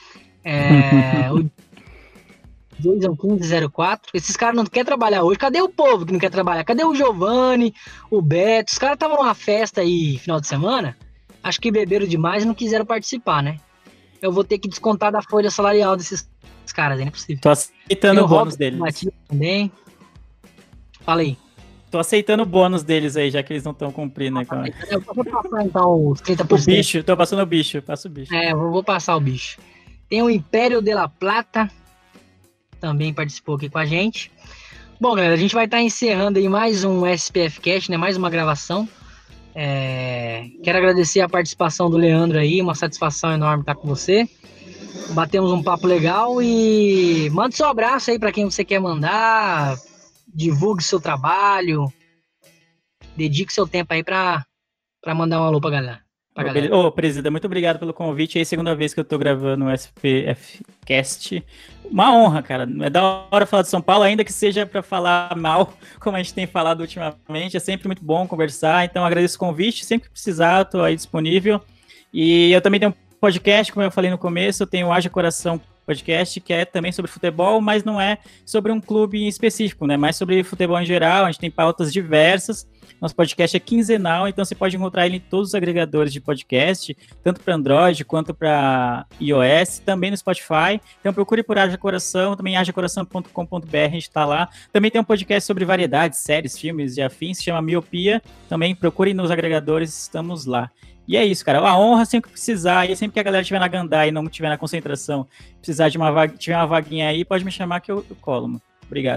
É, o Jason quinze zero quatro. Esses caras não querem trabalhar hoje. Cadê o povo que não quer trabalhar? Cadê o Giovanni, o Beto? Os caras estavam numa festa aí final de semana. Acho que beberam demais e não quiseram participar, né? Eu vou ter que descontar da folha salarial desses caras aí, não é possível. Tô aceitando o bônus deles. Também. Fala aí. Tô aceitando o bônus deles aí, já que eles não estão cumprindo. Né, cara? Eu vou passar então os trinta por cento. O bicho, tô passando o bicho, passo o bicho. É, eu vou passar o bicho. Tem o Império de la Plata, também participou aqui com a gente. Bom, galera, a gente vai estar encerrando aí mais um S P F Cast, né? Mais uma gravação. É... Quero agradecer a participação do Leandro aí, uma satisfação enorme estar com você. Batemos um papo legal e manda seu abraço aí para quem você quer mandar. Divulgue seu trabalho, dedique seu tempo aí para mandar um alô pra galera. Pra galera. Ô, Presida, muito obrigado pelo convite. É a segunda vez que eu tô gravando o S P F Cast. Uma honra, cara. É da hora falar de São Paulo, ainda que seja para falar mal, como a gente tem falado ultimamente. É sempre muito bom conversar, então agradeço o convite. Sempre que precisar, eu tô aí disponível. E eu também tenho um podcast, como eu falei no começo, eu tenho o Haja Coração podcast, que é também sobre futebol, mas não é sobre um clube em específico, né? Mais sobre futebol em geral. A gente tem pautas diversas. Nosso podcast é quinzenal, então você pode encontrar ele em todos os agregadores de podcast, tanto para Android quanto para iOS, também no Spotify. Então procure por Haja Coração, também haja coração ponto com ponto b r, a gente está lá. Também tem um podcast sobre variedades, séries, filmes e afins, se chama Miopia. Também procure nos agregadores, estamos lá. E é isso, cara. A honra sempre que precisar, e sempre que a galera estiver na Gandai e não estiver na concentração, precisar de uma vaga, tiver uma vaguinha aí, pode me chamar que eu, eu colo, mano. Obrigado.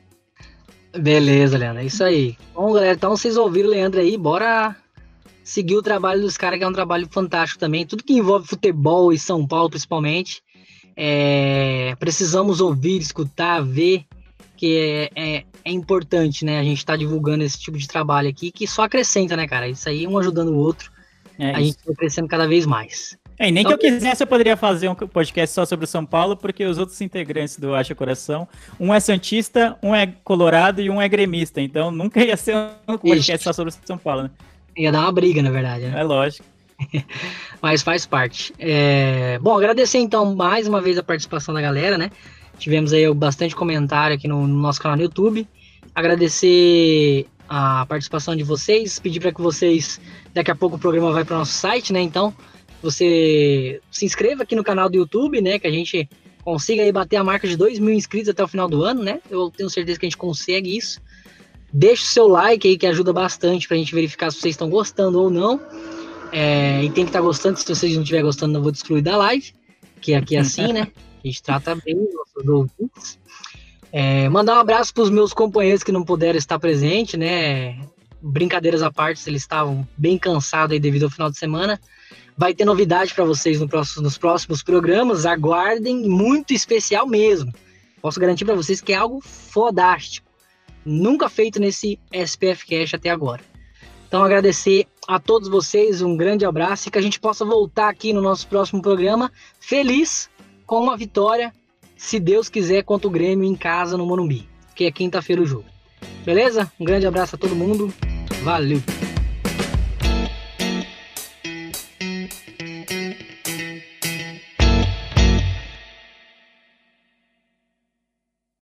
Beleza, Leandro, é isso aí. Bom, galera, então vocês ouviram o Leandro aí, bora seguir o trabalho dos caras, que é um trabalho fantástico também. Tudo que envolve futebol e São Paulo, principalmente, é... precisamos ouvir, escutar, ver, que é, é, é importante, né? A gente tá divulgando esse tipo de trabalho aqui, que só acrescenta, né, cara? Isso aí, um ajudando o outro. É a isso. Gente vai crescendo cada vez mais. É, e nem então, que eu quisesse, eu poderia fazer um podcast só sobre o São Paulo, porque os outros integrantes do Haja Coração, um é santista, um é colorado e um é gremista. Então nunca ia ser um podcast Ixi. só sobre o São Paulo, né? Ia dar uma briga, na verdade, né? É lógico. Mas faz parte. É... Bom, agradecer então mais uma vez a participação da galera, né? Tivemos aí bastante comentário aqui no, no nosso canal no YouTube. Agradecer a participação de vocês, pedir para que vocês, daqui a pouco o programa vai para o nosso site, né, então você se inscreva aqui no canal do YouTube, né, que a gente consiga aí bater a marca de dois mil inscritos até o final do ano, né, eu tenho certeza que a gente consegue isso. Deixe o seu like aí, que ajuda bastante pra gente verificar se vocês estão gostando ou não, é, e tem que estar gostando. Se vocês não estiverem gostando, não vou te excluir da live, que aqui é assim, né, a gente trata bem os nossos ouvintes. É, mandar um abraço para os meus companheiros que não puderam estar presentes, né? Brincadeiras à parte, eles estavam bem cansados aí devido ao final de semana. Vai ter novidade para vocês no próximo, nos próximos programas, aguardem, muito especial mesmo. Posso garantir para vocês que é algo fodástico, nunca feito nesse S P F Cast até agora. Então agradecer a todos vocês, um grande abraço e que a gente possa voltar aqui no nosso próximo programa feliz com uma vitória, se Deus quiser, contra o Grêmio em casa no Morumbi, que é quinta-feira o jogo. Beleza? Um grande abraço a todo mundo. Valeu!